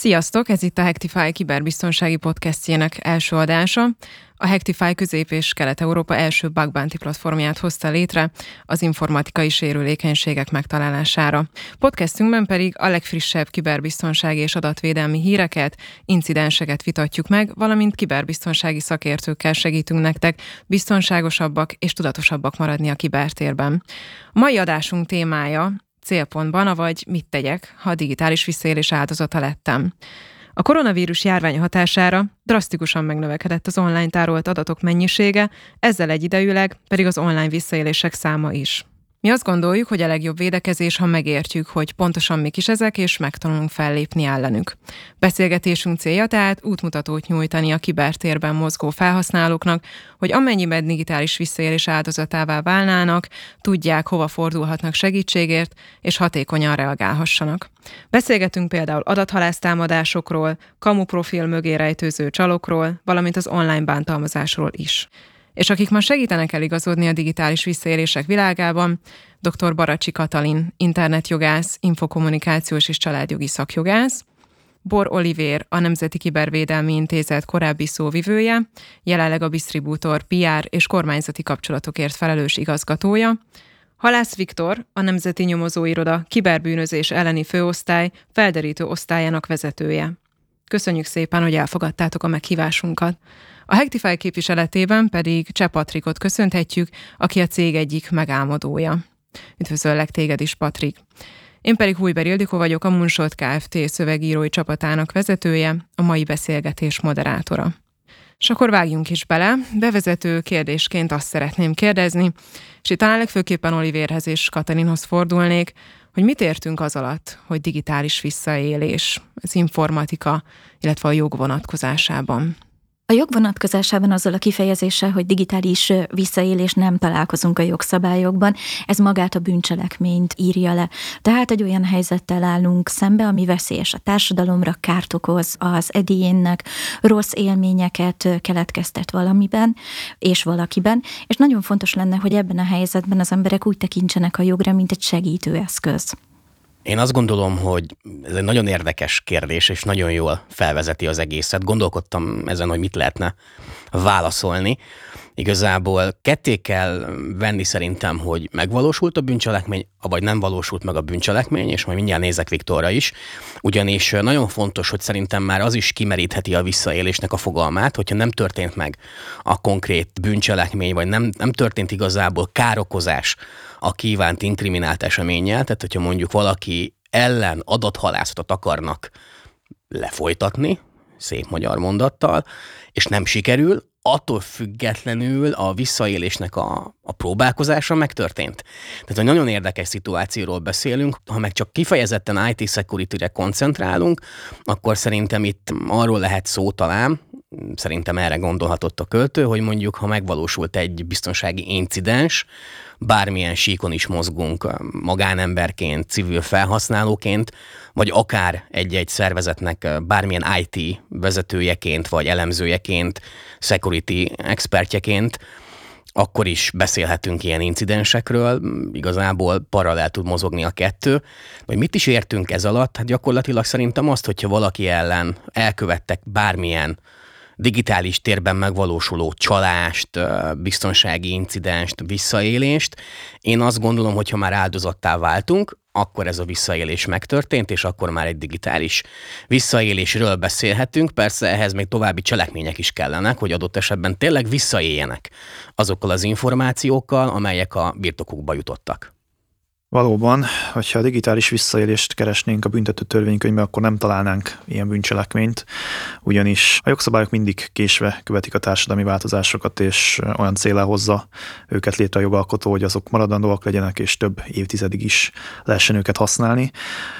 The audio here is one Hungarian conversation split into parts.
Sziasztok! Ez itt a Hektify kiberbiztonsági podcastjének első adása. A Hektify Közép- és Kelet-Európa első bug bounty platformját hozta létre az informatikai sérülékenységek megtalálására. Podcastünkben pedig a legfrissebb kiberbiztonsági és adatvédelmi híreket, incidenseket vitatjuk meg, valamint kiberbiztonsági szakértőkkel segítünk nektek biztonságosabbak és tudatosabbak maradni a kibertérben. A mai adásunk témája célpontban, avagy mit tegyek, ha a digitális visszaélés áldozata lettem. A koronavírus járvány hatására drasztikusan megnövekedett az online tárolt adatok mennyisége, ezzel egyidejűleg pedig az online visszaélések száma is. Mi azt gondoljuk, hogy a legjobb védekezés, ha megértjük, hogy pontosan mik is ezek, és megtanulunk fellépni ellenük. Beszélgetésünk célja tehát útmutatót nyújtani a kibertérben mozgó felhasználóknak, hogy amennyiben digitális visszaélés áldozatává válnának, tudják, hova fordulhatnak segítségért, és hatékonyan reagálhassanak. Beszélgetünk például adathalásztámadásokról, kamuprofil mögé rejtőző csalokról, valamint az online bántalmazásról is. És akik ma segítenek eligazodni a digitális visszaélések világában, dr. Baracsi Katalin, internetjogász, infokommunikációs és családjogi szakjogász, Bor Olivér, a Nemzeti Kibervédelmi Intézet korábbi szóvivője, jelenleg a Bisztribútor PR és kormányzati kapcsolatokért felelős igazgatója, Halász Viktor, a Nemzeti Nyomozóiroda kiberbűnözés elleni főosztály felderítő osztályának vezetője. Köszönjük szépen, hogy elfogadtátok a meghívásunkat. A Hektify képviseletében pedig Cseh Patrikot köszönhetjük, aki a cég egyik megálmodója. Üdvözöllek téged is, Patrik. Én pedig Hujber Ildikó vagyok, a Moonshot Kft. Szövegírói csapatának vezetője, a mai beszélgetés moderátora. És akkor vágjunk is bele. Bevezető kérdésként azt szeretném kérdezni, és itt talán legfőképpen Olivérhez és Katalinhoz fordulnék, hogy mit értünk az alatt, hogy digitális visszaélés, az informatika, illetve a jog vonatkozásában. A jog vonatkozásában azzal a kifejezéssel, hogy digitális visszaélés nem találkozunk a jogszabályokban, ez magát a bűncselekményt írja le. Tehát egy olyan helyzettel állunk szembe, ami veszélyes a társadalomra, kárt okoz az egyénnek, rossz élményeket keletkeztet valamiben és valakiben, és nagyon fontos lenne, hogy ebben a helyzetben az emberek úgy tekintsenek a jogra, mint egy segítőeszköz. Én azt gondolom, hogy ez egy nagyon érdekes kérdés, és nagyon jól felvezeti az egészet. Gondolkodtam ezen, hogy mit lehetne válaszolni. Igazából ketté kell venni szerintem, hogy megvalósult a bűncselekmény, vagy nem valósult meg a bűncselekmény, és majd mindjárt nézek Viktorra is. Ugyanis nagyon fontos, hogy szerintem már az is kimerítheti a visszaélésnek a fogalmát, hogyha nem történt meg a konkrét bűncselekmény, vagy nem történt igazából károkozás a kívánt inkriminált eseménnyel, tehát hogyha mondjuk valaki ellen adathalászatot akarnak lefolytatni, szép magyar mondattal, és nem sikerül, attól függetlenül a visszaélésnek a próbálkozása megtörtént. Tehát egy nagyon érdekes szituációról beszélünk, ha meg csak kifejezetten IT security-re koncentrálunk, akkor szerintem itt arról lehet szó talán, szerintem erre gondolhatott a költő, hogy mondjuk, ha megvalósult egy biztonsági incidens, bármilyen síkon is mozgunk magánemberként, civil felhasználóként, vagy akár egy-egy szervezetnek bármilyen IT vezetőjeként, vagy elemzőjeként, security expertjeként, akkor is beszélhetünk ilyen incidensekről, igazából paralel tud mozogni a kettő. Vagy mit is értünk ez alatt? Hát gyakorlatilag szerintem azt, hogyha valaki ellen elkövettek bármilyen digitális térben megvalósuló csalást, biztonsági incidenst, visszaélést. Én azt gondolom, hogy ha már áldozattá váltunk, akkor ez a visszaélés megtörtént, és akkor már egy digitális visszaélésről beszélhetünk. Persze ehhez még további cselekmények is kellenek, hogy adott esetben tényleg visszaéljenek azokkal az információkkal, amelyek a birtokukba jutottak. Valóban, hogyha a digitális visszaélést keresnénk a büntető törvénykönyvben, akkor nem találnánk ilyen bűncselekményt, ugyanis a jogszabályok mindig késve követik a társadalmi változásokat, és olyan céllá hozza őket létre a jogalkotó, hogy azok maradandóak legyenek, és több évtizedig is lehessen őket használni.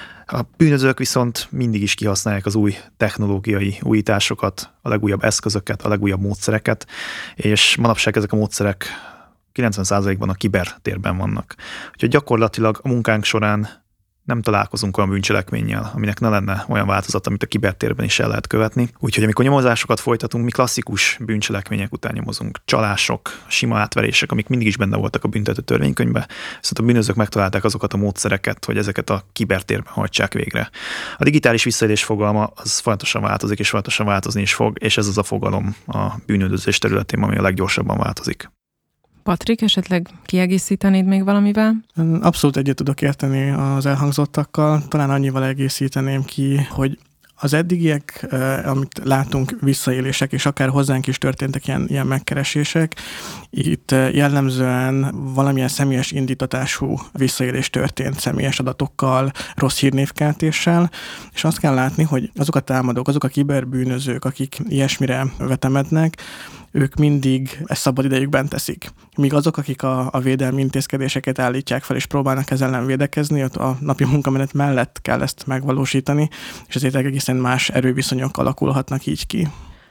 A bűnözők viszont mindig is kihasználják az új technológiai újításokat, a legújabb eszközöket, a legújabb módszereket, és manapság ezek a módszerek 90%-ban a kibertérben vannak. Úgyhogy gyakorlatilag a munkánk során nem találkozunk olyan bűncselekménnyel, aminek ne lenne olyan változat, amit a kibertérben is el lehet követni. Úgyhogy amikor nyomozásokat folytatunk, mi klasszikus bűncselekmények után nyomozunk. Csalások, sima átverések, amik mindig is benne voltak a büntető törvénykönyvben, viszont a bűnözők megtalálták azokat a módszereket, hogy ezeket a kibertérben hajtsák végre. A digitális visszaélés fogalma az folyamatosan változik, és folyamatosan változni is fog, és ez az a fogalom a bűnüldözés területén, ami a leggyorsabban változik. Patrik, esetleg kiegészítenéd még valamivel? Abszolút egyet tudok érteni az elhangzottakkal. Talán annyival egészíteném ki, hogy az eddigiek, amit látunk, visszaélések, és akár hozzánk is történtek ilyen megkeresések, itt jellemzően valamilyen személyes indítatású visszaélés történt személyes adatokkal, rossz hírnévkeltéssel, és azt kell látni, hogy azok a támadók, azok a kiberbűnözők, akik ilyesmire vetemednek, ők mindig ezt szabad idejükben teszik. Míg azok, akik a védelmi intézkedéseket állítják fel és próbálnak ezzel ellen védekezni, ott a napi munkamenet mellett kell ezt megvalósítani, és ezért egészen más erőviszonyok alakulhatnak így ki.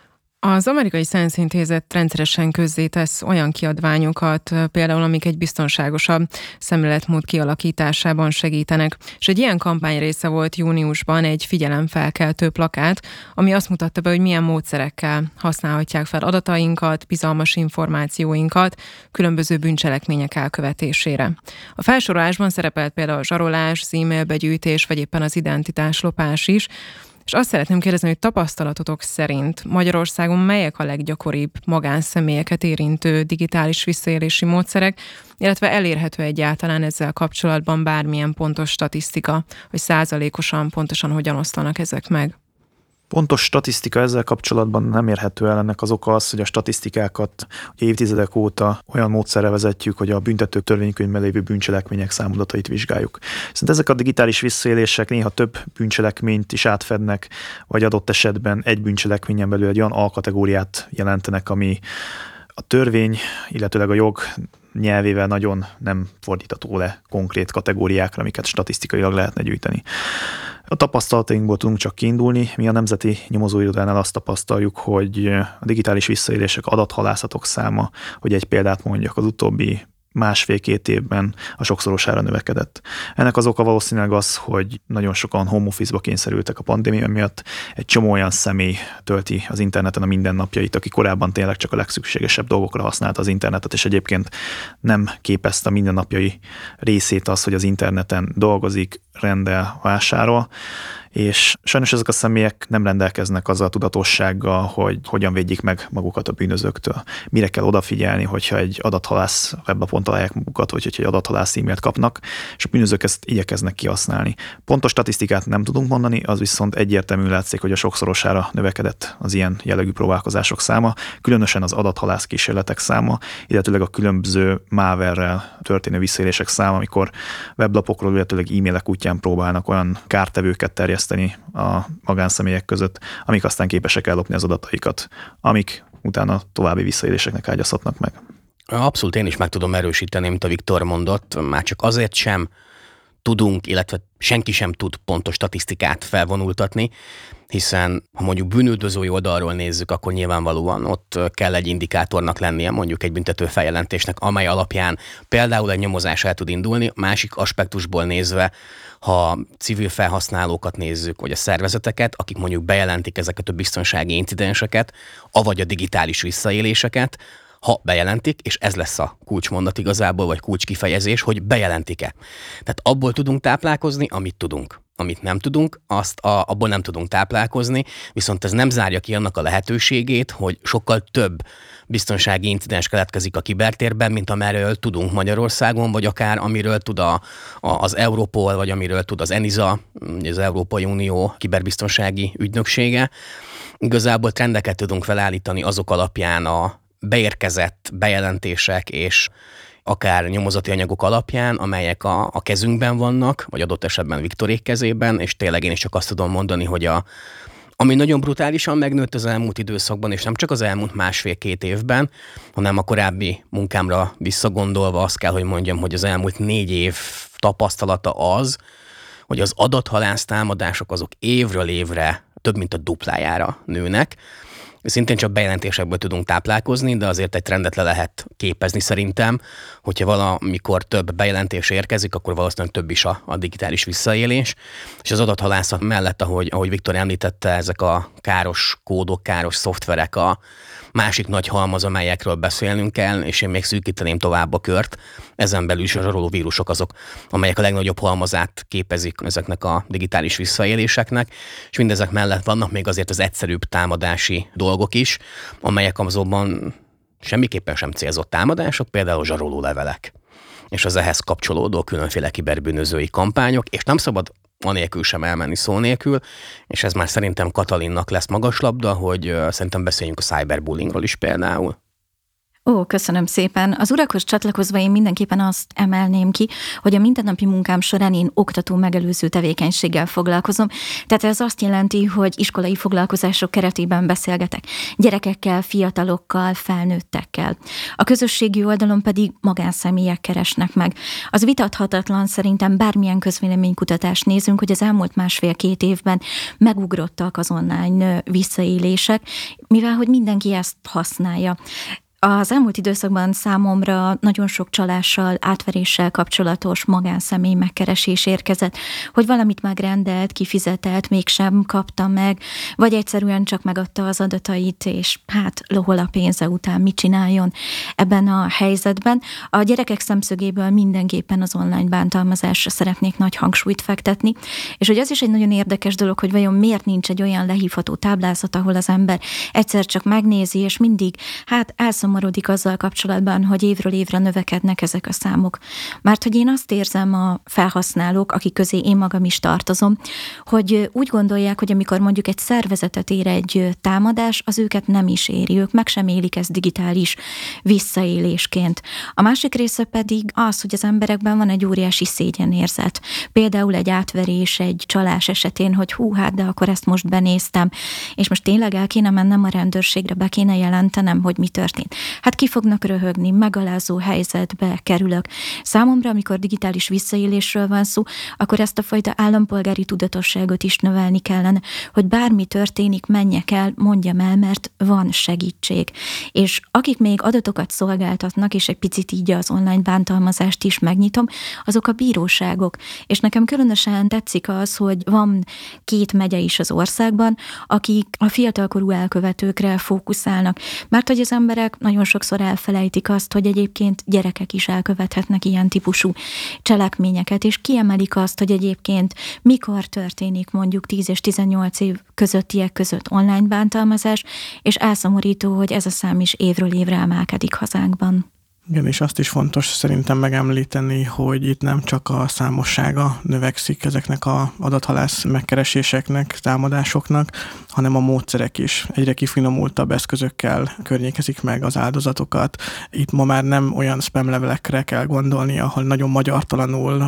Az Amerikai Science Intézet rendszeresen közzétesz olyan kiadványokat, például amik egy biztonságosabb szemléletmód kialakításában segítenek. És egy ilyen kampány része volt júniusban egy figyelemfelkeltő plakát, ami azt mutatta be, hogy milyen módszerekkel használhatják fel adatainkat, bizalmas információinkat különböző bűncselekmények elkövetésére. A felsorolásban szerepelt például a zsarolás, az e-mailbegyűjtés, vagy éppen az identitáslopás is. És azt szeretném kérdezni, hogy tapasztalatotok szerint Magyarországon melyek a leggyakoribb magánszemélyeket érintő digitális visszaélési módszerek, illetve elérhető egyáltalán ezzel kapcsolatban bármilyen pontos statisztika, hogy százalékosan pontosan hogyan oszlanak ezek meg? Pontos statisztika ezzel kapcsolatban nem érhető el, ennek az oka az, hogy a statisztikákat évtizedek óta olyan módszerre vezetjük, hogy a büntető törvénykönyvben lévő bűncselekmények számadatait vizsgáljuk. Viszont ezek a digitális visszaélések néha több bűncselekményt is átfednek, vagy adott esetben egy bűncselekményen belül egy olyan alkategóriát jelentenek, ami a törvény, illetőleg a jog nyelvével nagyon nem fordítható le konkrét kategóriákra, amiket statisztikailag lehetne gyűjteni. A tapasztalatainkból tudunk csak kiindulni. Mi a Nemzeti Nyomozóirodánál azt tapasztaljuk, hogy a digitális visszaélések adathalászatok száma, hogy egy példát mondjak, az utóbbi 1,5-2 évben a sokszorosára növekedett. Ennek az oka valószínűleg az, hogy nagyon sokan home office-ba kényszerültek a pandémia miatt. Egy csomó olyan személy tölti az interneten a mindennapjait, aki korábban tényleg csak a legszükségesebb dolgokra használta az internetet, és egyébként nem képezte a mindennapjai részét az, hogy az interneten dolgozik, rendel, vásárol, és sajnos ezek a személyek nem rendelkeznek azzal a tudatossággal, hogy hogyan védjék meg magukat a bűnözőktől. Mire kell odafigyelni, hogyha egy adathalász weblapon találják magukat, vagy hogyha egy adathalász e-mailt kapnak, és a bűnözők ezt igyekeznek kihasználni. Pontos statisztikát nem tudunk mondani, az viszont egyértelmű látszik, hogy a sokszorosára növekedett az ilyen jellegű próbálkozások száma, különösen az adathalász kísérletek száma, illetőleg a különböző malware-rel történő visszaélések száma, amikor weblapokról, illetőleg e-mailek útján próbálnak olyan kártevőket terjeszteni a magánszemélyek között, amik aztán képesek ellopni az adataikat, amik utána további visszaéléseknek ágyazhatnak meg. Abszolút én is meg tudom erősíteni, amit a Viktor mondott, már csak azért sem tudunk, illetve senki sem tud pontos statisztikát felvonultatni, hiszen ha mondjuk bűnüldözői oldalról nézzük, akkor nyilvánvalóan ott kell egy indikátornak lennie, mondjuk egy büntető feljelentésnek, amely alapján például egy nyomozás el tud indulni. Másik aspektusból nézve, ha civil felhasználókat nézzük, vagy a szervezeteket, akik mondjuk bejelentik ezeket a biztonsági incidenseket, avagy a digitális visszaéléseket, ha bejelentik, és ez lesz a kulcsmondat igazából, vagy kulcskifejezés, hogy bejelentik-e. Tehát abból tudunk táplálkozni, amit tudunk. Amit nem tudunk, abból nem tudunk táplálkozni, viszont ez nem zárja ki annak a lehetőségét, hogy sokkal több biztonsági incidens keletkezik a kibertérben, mint amerről tudunk Magyarországon, vagy akár amiről tud az Europol, vagy amiről tud az ENISA, az Európai Unió kiberbiztonsági ügynöksége. Igazából trendeket tudunk felállítani azok alapján, a beérkezett bejelentések és akár nyomozati anyagok alapján, amelyek a kezünkben vannak, vagy adott esetben Viktorék kezében, és tényleg én is csak azt tudom mondani, hogy ami nagyon brutálisan megnőtt az elmúlt időszakban, és nem csak az elmúlt 1,5-2 évben, hanem a korábbi munkámra visszagondolva azt kell, hogy mondjam, hogy az elmúlt 4 év tapasztalata az, hogy az adathalász támadások azok évről évre több mint a duplájára nőnek. szintén csak bejelentésekből tudunk táplálkozni, de azért egy trendet le lehet képezni szerintem, hogyha valamikor több bejelentés érkezik, akkor valószínűleg több is a digitális visszaélés. És az adathalászat mellett, ahogy Viktor említette, ezek a káros kódok, káros szoftverek a másik nagy halmaz, amelyekről beszélnünk kell, és én még szűkíteném tovább a kört. Ezen belül is a zsarolóvírusok azok, amelyek a legnagyobb halmazát képezik ezeknek a digitális visszaéléseknek, és mindezek mellett vannak még azért az egyszerűbb támadási dolgok is, amelyek azonban semmiképpen sem célzott támadások, például zsaroló levelek, és az ehhez kapcsolódó különféle kiberbűnözői kampányok, és nem szabad anélkül sem elmenni szó nélkül, és ez már szerintem Katalinnak lesz magaslabda, hogy szerintem beszéljünk a cyberbullyingról is például. Ó, köszönöm szépen. Az urakhoz csatlakozva én mindenképpen azt emelném ki, hogy a mindennapi munkám során én oktató megelőző tevékenységgel foglalkozom. Tehát ez azt jelenti, hogy iskolai foglalkozások keretében beszélgetek gyerekekkel, fiatalokkal, felnőttekkel. A közösségi oldalon pedig magánszemélyek keresnek meg. Az vitathatatlan, szerintem bármilyen közvéleménykutatást nézünk, hogy az elmúlt 1,5-2 évben megugrottak az online visszaélések, mivel hogy mindenki ezt használja. Az elmúlt időszakban számomra nagyon sok csalással, átveréssel kapcsolatos magánszemély megkeresés érkezett, hogy valamit megrendelt, kifizetett, mégsem kapta meg, vagy egyszerűen csak megadta az adatait, és hát lohol a pénze után mit csináljon ebben a helyzetben. A gyerekek szemszögéből mindenképpen az online bántalmazásra szeretnék nagy hangsúlyt fektetni, és hogy az is egy nagyon érdekes dolog, hogy vajon miért nincs egy olyan lehívható táblázat, ahol az ember egyszer csak megnézi, és mindig elszomorodik azzal kapcsolatban, hogy évről évre növekednek ezek a számok. Mert hogy én azt érzem a felhasználók, akik közé én magam is tartozom, hogy úgy gondolják, hogy amikor mondjuk egy szervezetet ér egy támadás, az őket nem is éri, ők meg sem élik ezt digitális visszaélésként. A másik része pedig az, hogy az emberekben van egy óriási szégyenérzet. Például egy átverés, egy csalás esetén, hogy de akkor ezt most benéztem, és most tényleg el kéne mennem a rendőrségre, be kéne jelentenem, hogy mi történt. Hát ki fognak röhögni, megalázó helyzetbe kerülök. Számomra, amikor digitális visszaélésről van szó, akkor ezt a fajta állampolgári tudatosságot is növelni kellene, hogy bármi történik, menjek el, mondjam el, mert van segítség. És akik még adatokat szolgáltatnak, és egy picit így az online bántalmazást is megnyitom, azok a bíróságok. És nekem különösen tetszik az, hogy van 2 megye is az országban, akik a fiatalkorú elkövetőkre fókuszálnak. Mert hogy az emberek nagyon sokszor elfelejtik azt, hogy egyébként gyerekek is elkövethetnek ilyen típusú cselekményeket, és kiemelik azt, hogy egyébként mikor történik mondjuk 10 és 18 év közöttiek között online bántalmazás, és elszomorító, hogy ez a szám is évről évre emelkedik hazánkban. Igen, és azt is fontos szerintem megemlíteni, hogy itt nem csak a számossága növekszik ezeknek az adathalász megkereséseknek, támadásoknak, hanem a módszerek is. Egyre kifinomultabb eszközökkel környékezik meg az áldozatokat. Itt ma már nem olyan spam levelekre kell gondolni, ahol nagyon magyartalanul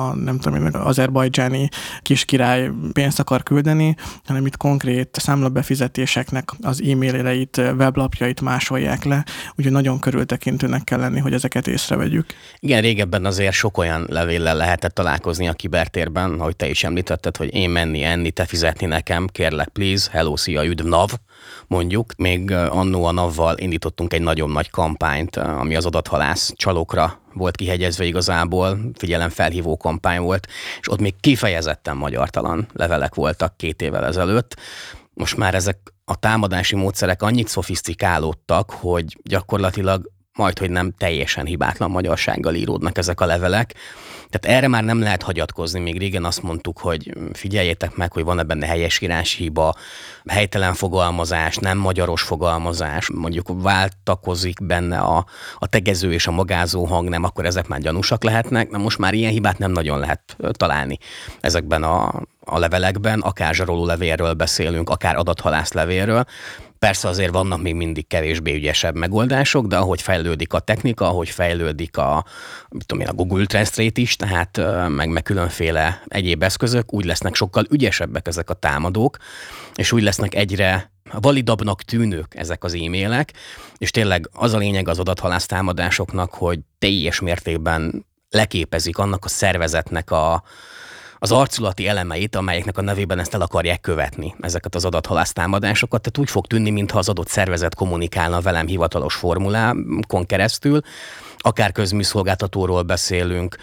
az azerbajdzsáni kiskirály pénzt akar küldeni, hanem itt konkrét számlabefizetéseknek az e-maileit, weblapjait másolják le, úgyhogy nagyon körültekintőnek kell lenni, hogy ezeket észrevegyük. Igen, régebben azért sok olyan levéllel lehetett találkozni a kibertérben, ahogy te is említetted, hogy én menni, enni, te fizetni nekem, kérlek, please, hello, szia, üdv, NAV, mondjuk. Még annó a NAV-val indítottunk egy nagyon nagy kampányt, ami az adathalász csalókra volt kihegyezve igazából, figyelemfelhívó kampány volt, és ott még kifejezetten magyartalan levelek voltak 2 évvel ezelőtt. Most már ezek a támadási módszerek annyit szofisztikálódtak, hogy gyakorlatilag majdhogy nem teljesen hibátlan magyarsággal íródnak ezek a levelek. Tehát erre már nem lehet hagyatkozni. Még régen azt mondtuk, hogy figyeljétek meg, hogy van-e benne helyesírási hiba, helytelen fogalmazás, nem magyaros fogalmazás, mondjuk váltakozik benne a tegező és a magázó hang, nem, akkor ezek már gyanúsak lehetnek. Na most már ilyen hibát nem nagyon lehet találni ezekben a levelekben, akár zsaroló levélről beszélünk, akár adathalász levélről. Persze azért vannak még mindig kevésbé ügyesebb megoldások, de ahogy fejlődik a technika, ahogy fejlődik a Google Translate is, tehát meg különféle egyéb eszközök, úgy lesznek sokkal ügyesebbek ezek a támadók, és úgy lesznek egyre validabbnak tűnők ezek az e-mailek, és tényleg az a lényeg az adathalász támadásoknak, hogy teljes mértékben leképezik annak a szervezetnek az arculati elemeit, amelyeknek a nevében ezt el akarják követni, ezeket az adathalász támadásokat. Tehát úgy fog tűnni, mintha az adott szervezet kommunikálna velem hivatalos formulákon keresztül, akár közműszolgáltatóról beszélünk,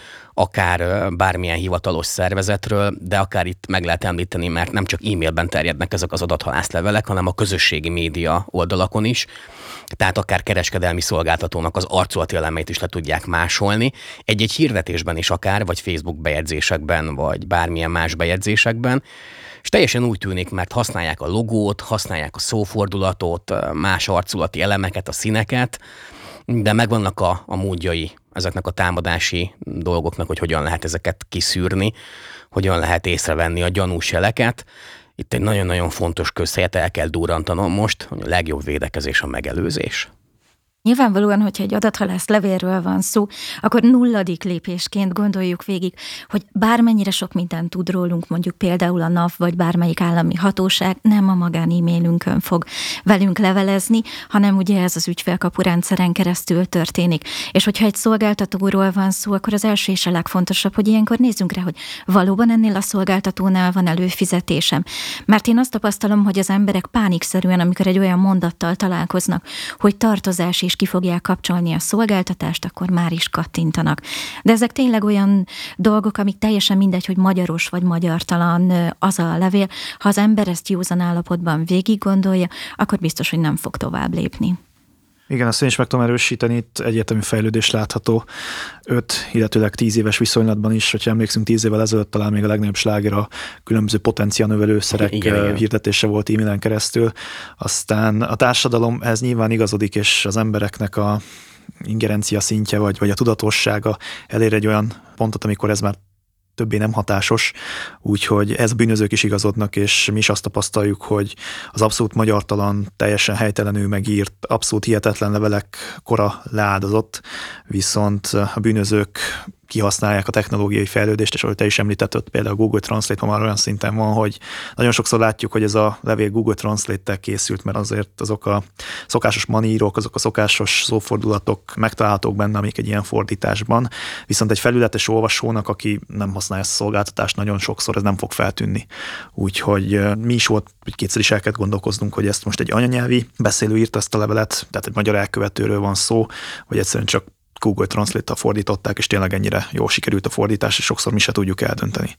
akár bármilyen hivatalos szervezetről, de akár itt meg lehet említeni, mert nem csak e-mailben terjednek ezek az adathalászlevelek, hanem a közösségi média oldalakon is. Tehát akár kereskedelmi szolgáltatónak az arculati elemeit is le tudják másolni. Egy-egy hirdetésben is akár, vagy Facebook bejegyzésekben, vagy bármilyen más bejegyzésekben. És teljesen úgy tűnik, mert használják a logót, használják a szófordulatot, más arculati elemeket, a színeket, de megvannak a módjai ezeknek a támadási dolgoknak, hogy hogyan lehet ezeket kiszűrni, hogyan lehet észrevenni a gyanús jeleket. Itt egy nagyon-nagyon fontos közhelyet el kell durrantanom most, hogy a legjobb védekezés a megelőzés. Nyilvánvalóan, hogyha egy adathalász levélről van szó, akkor nulladik lépésként gondoljuk végig, hogy bármennyire sok mindent tud rólunk, mondjuk például a NAV vagy bármelyik állami hatóság, nem a magán e-mailünkön fog velünk levelezni, hanem ugye ez az ügyfélkapu rendszeren keresztül történik. És hogyha egy szolgáltatóról van szó, akkor az első és a legfontosabb, hogy ilyenkor nézzünk rá, hogy valóban ennél a szolgáltatónál van előfizetésem. Mert én azt tapasztalom, hogy az emberek pánikszerűen, amikor egy olyan mondattal találkoznak, hogy tartozás és ki fogják kapcsolni a szolgáltatást, akkor már is kattintanak. De ezek tényleg olyan dolgok, amik teljesen mindegy, hogy magyaros vagy magyartalan az a levél. Ha az ember ezt józan állapotban végig gondolja, akkor biztos, hogy nem fog tovább lépni. Igen, azt én is meg tudom erősíteni, itt egyértelmű fejlődés látható 5, illetőleg 10 éves viszonylatban is, hogyha emlékszünk 10 évvel ezelőtt talán még a legnagyobb sláger a különböző potenciálnövelőszerek hirdetése volt e-mailen keresztül. Aztán a társadalom ez nyilván igazodik, és az embereknek a ingerencia szintje vagy a tudatossága elér egy olyan pontot, amikor ez már többé nem hatásos, úgyhogy ez bűnözők is igazodnak, és mi is azt tapasztaljuk, hogy az abszolút magyartalan, teljesen helytelenül megírt, abszolút hihetetlen levelek kora leáldozott, viszont a bűnözők kihasználják a technológiai fejlődést, és ahogy te is említetted, például a Google Translate már olyan szinten van, hogy nagyon sokszor látjuk, hogy ez a levél Google Translate-tel készült, mert azért azok a szokásos manírok, azok a szokásos szófordulatok megtalálhatók benne, amik egy ilyen fordításban, viszont egy felületes olvasónak, aki nem használja ezt a szolgáltatást, nagyon sokszor ez nem fog feltűnni. Úgyhogy mi is volt, hogy kétszer is el kellett gondolkoznunk, hogy ezt most egy anyanyelvi beszélő írta ezt a levelet, tehát egy magyar elkövetőről van szó, vagy egyszerűen csak Google Translate-tal fordították, és tényleg ennyire jól sikerült a fordítás, és sokszor mi se tudjuk eldönteni.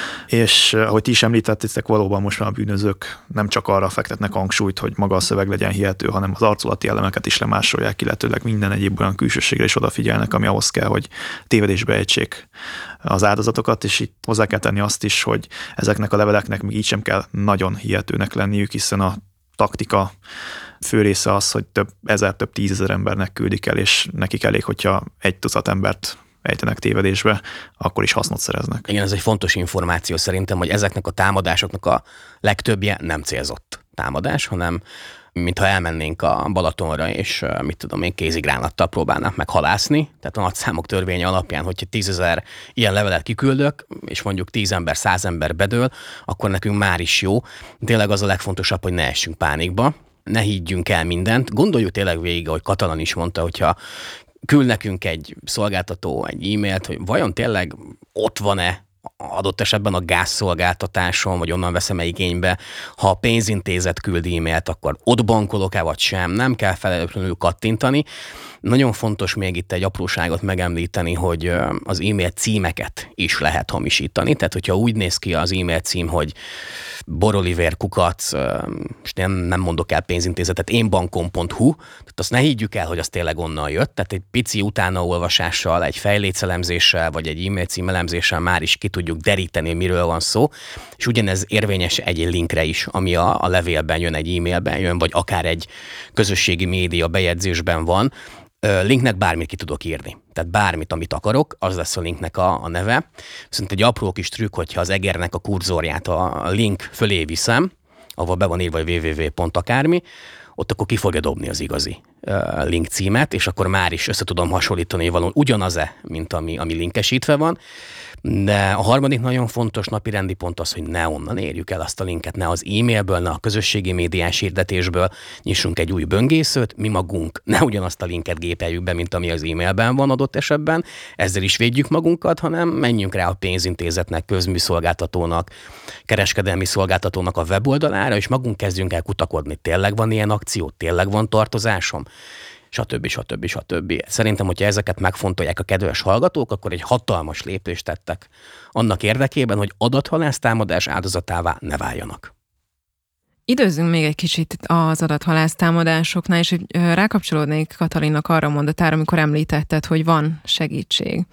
És ahogy ti is említettétek, valóban most már a bűnözők nem csak arra fektetnek hangsúlyt, hogy maga a szöveg legyen hihető, hanem az arculati elemeket is lemásolják, illetőleg minden egyéb olyan külsőségre is odafigyelnek, ami ahhoz kell, hogy tévedésbe ejtsék az áldozatokat, és itt hozzá kell tenni azt is, hogy ezeknek a leveleknek még így sem kell nagyon hihetőnek lenniük, hiszen a taktika fő része az, hogy több tízezer embernek küldik el, és nekik elég, hogyha 1000 embert ejtenek tévedésbe, akkor is hasznot szereznek. Igen, ez egy fontos információ szerintem, hogy ezeknek a támadásoknak a legtöbbje nem célzott támadás, hanem mintha elmennénk a Balatonra, és mit tudom én, kézigránattal próbálnak meg halászni. Tehát a nagyszámok törvénye alapján, hogyha 10 000 ilyen levelet kiküldök, és mondjuk 10 ember, 100 ember bedől, akkor nekünk már is jó. Tényleg az a legfontosabb, hogy ne essünk pánikba, ne higgyünk el mindent. Gondoljuk tényleg végig, ahogy Katalan is mondta, hogyha küld nekünk egy szolgáltató egy e-mailt, hogy vajon tényleg ott van-e adott esetben a gázszolgáltatáson, vagy onnan veszem-e igénybe, ha a pénzintézet küld e-mailt, akkor ott bankolok-e vagy sem, nem kell felelőtlenül kattintani. Nagyon fontos még itt egy apróságot megemlíteni, hogy az e-mail címeket is lehet hamisítani, tehát hogyha úgy néz ki az e-mail cím, hogy Boroliver kukac, és nem mondok el pénzintézetet, énbankom.hu, tehát azt ne higgyük el, hogy az tényleg onnan jött, tehát egy pici utánaolvasással, egy fejlécelemzéssel, vagy egy e-mail cím elemzéssel már is ki tudjuk deríteni, miről van szó, és ugyanez érvényes egy linkre is, ami a levélben jön, egy e-mailben jön, vagy akár egy közösségi média bejegyzésben van. Linknek bármit ki tudok írni. Tehát bármit, amit akarok, az lesz a linknek a neve. Viszont egy apró kis trükk, hogyha az egernek a kurzorját a link fölé viszem, ahol be van írva, hogy www.akármi, ott akkor ki fogja dobni az igazi link címet, és akkor már is össze tudom hasonlítani, hogy valami ugyanaz-e, mint ami linkesítve van. De a harmadik nagyon fontos napirendi pont az, hogy ne onnan érjük el azt a linket, ne az e-mailből, ne a közösségi médiás hirdetésből nyissunk egy új böngészőt, mi magunk ne ugyanazt a linket gépeljük be, mint ami az e-mailben van adott esetben, ezzel is védjük magunkat, hanem menjünk rá a pénzintézetnek, közműszolgáltatónak, kereskedelmi szolgáltatónak a weboldalára, és magunk kezdjünk el kutakodni. Tényleg van ilyen akció, tényleg van tartozásom? Stb. Szerintem, hogyha ezeket megfontolják a kedves hallgatók, akkor egy hatalmas lépést tettek annak érdekében, hogy adathalásztámadás áldozatává ne váljanak. Időzzünk még egy kicsit az adathalásztámadásoknál, és rákapcsolódnék Katalinnak arra mondatára, amikor említetted, hogy van segítség.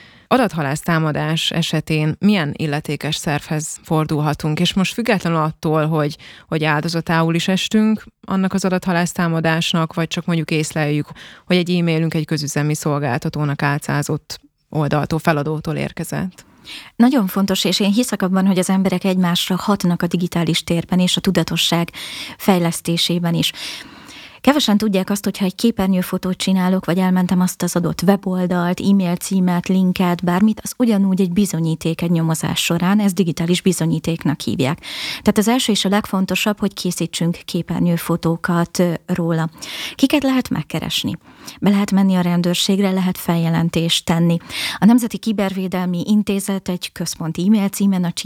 Adathalásztámadás esetén milyen illetékes szervhez fordulhatunk, és most függetlenül attól, hogy áldozatául is estünk annak az adathalásztámadásnak, vagy csak mondjuk észleljük, hogy egy e-mailünk egy közüzemi szolgáltatónak álcázott oldaltól, feladótól érkezett. Nagyon fontos, és én hiszek abban, hogy az emberek egymásra hatnak a digitális térben és a tudatosság fejlesztésében is. Kevesen tudják azt, hogyha egy képernyőfotót csinálok, vagy elmentem azt az adott weboldalt, e-mail címet, linket, bármit, az ugyanúgy egy bizonyíték egy nyomozás során, ezt digitális bizonyítéknak hívják. Tehát az első és a legfontosabb, hogy készítsünk képernyőfotókat róla. Kiket lehet megkeresni? Be lehet menni a rendőrségre, lehet feljelentést tenni. A Nemzeti Kibervédelmi Intézet egy központi e-mail címen, a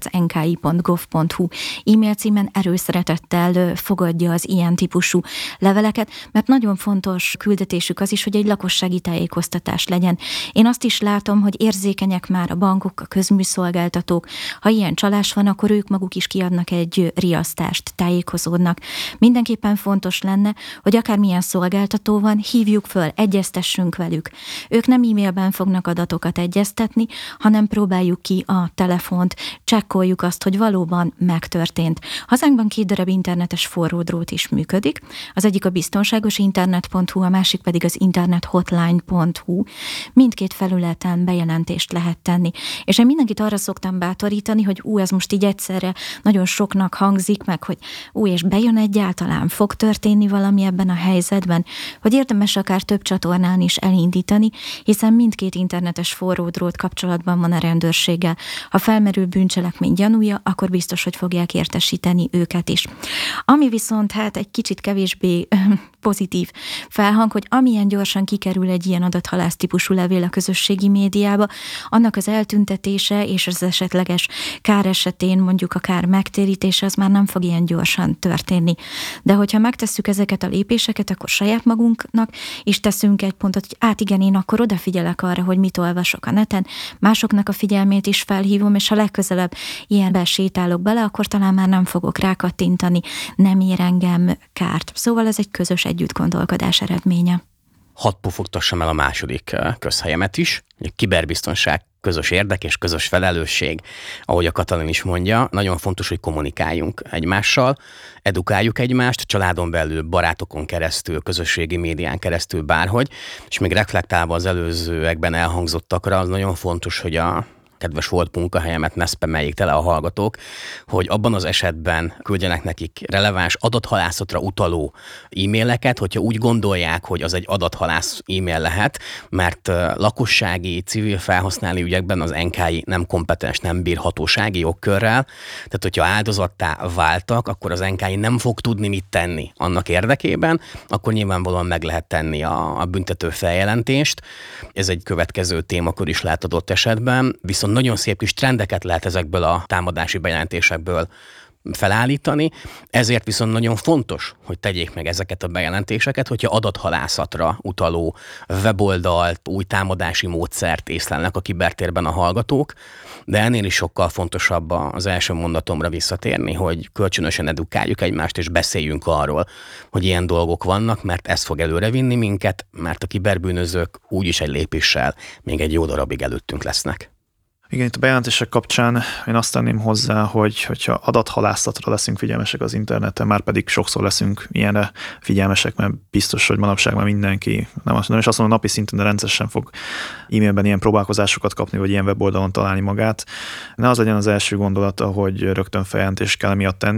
csirtkukac.nki.gov.hu e-mail címen erőszeretettel fogadja az ilyen típusú leveleket, mert nagyon fontos küldetésük az is, hogy egy lakossági tájékoztatás legyen. Én azt is látom, hogy érzékenyek már a bankok, a közműszolgáltatók. Ha ilyen csalás van, akkor ők maguk is kiadnak egy riasztást, tájékozódnak. Mindenképpen fontos lenne, hogy akármilyen szolgáltató van, hívjuk föl, egyeztessünk velük. Ők nem e-mailben fognak adatokat egyeztetni, hanem próbáljuk ki a telefont, csekkoljuk azt, hogy valóban megtörtént. Hazánkban 2 darab internetes forródrót is működik. Az egyik a biztonságosinternet.hu, a másik pedig az internethotline.hu. Mindkét felületen bejelentést lehet tenni. És én mindenkit arra szoktam bátorítani, hogy ez most így egyszerre nagyon soknak hangzik meg, hogy és bejön egyáltalán, fog történni valami ebben a helyzetben, hogy érdemes akár több csatornán is elindítani, hiszen mindkét internetes forródrót kapcsolatban van a rendőrséggel. Ha felmerül bűncselekmény gyanúja, akkor biztos, hogy fogják értesíteni őket is. Ami viszont egy kicsit kevésbé pozitív felhang, hogy amilyen gyorsan kikerül egy ilyen adathalász típusú levél a közösségi médiába, annak az eltüntetése és az esetleges kár esetén mondjuk a kár megtérítése, az már nem fog ilyen gyorsan történni. De hogyha megtesszük ezeket a lépéseket, akkor saját magunknak is teszünk egy pontot, hogy igen, én akkor odafigyelek arra, hogy mit olvasok a neten, másoknak a figyelmét is felhívom, és ha legközelebb ilyenbe sétálok bele, akkor talán már nem fogok rákattintani, nem ér engem kárt. Szóval ez egy közös együttgondolkodás eredménye. Hadd pufogtassam el a második közhelyemet is. A kiberbiztonság, közös érdek és közös felelősség, ahogy a Katalin is mondja, nagyon fontos, hogy kommunikáljunk egymással, edukáljuk egymást, családon belül, barátokon keresztül, közösségi médián keresztül, bárhogy, és még reflektálva az előzőekben elhangzottakra, az nagyon fontos, hogy a kedves volt munkahelyemet ne spameljék tele a hallgatók, hogy abban az esetben küldjenek nekik releváns adathalászatra utaló e-maileket, hogyha úgy gondolják, hogy az egy adathalász e-mail lehet, mert lakossági, civil felhasználói ügyekben az NKI nem kompetens, nem bír hatósági jogkörrel, tehát hogyha áldozattá váltak, akkor az NKI nem fog tudni mit tenni annak érdekében, akkor nyilvánvalóan meg lehet tenni a büntető feljelentést. Ez egy következő témakör is lehet adott esetben, viszont nagyon szép kis trendeket lehet ezekből a támadási bejelentésekből felállítani, ezért viszont nagyon fontos, hogy tegyék meg ezeket a bejelentéseket, hogyha adathalászatra utaló weboldalt, új támadási módszert észlelnek a kibertérben a hallgatók, de ennél is sokkal fontosabb az első mondatomra visszatérni, hogy kölcsönösen edukáljuk egymást, és beszéljünk arról, hogy ilyen dolgok vannak, mert ez fog előrevinni minket, mert a kiberbűnözők úgyis egy lépéssel még egy jó darabig előttünk lesznek. Igen, itt a bejelentések kapcsán én azt tenném hozzá, hogyha adathalászatra leszünk figyelmesek az interneten, már pedig sokszor leszünk ilyenre figyelmesek, mert biztos, hogy manapság már mindenki, nem is azt mondom napi szinten, de rendszeresen fog e-mailben ilyen próbálkozásokat kapni, vagy ilyen weboldalon találni magát. Ne az legyen az első gondolata, hogy rögtön feljelentést kell miatt tenni.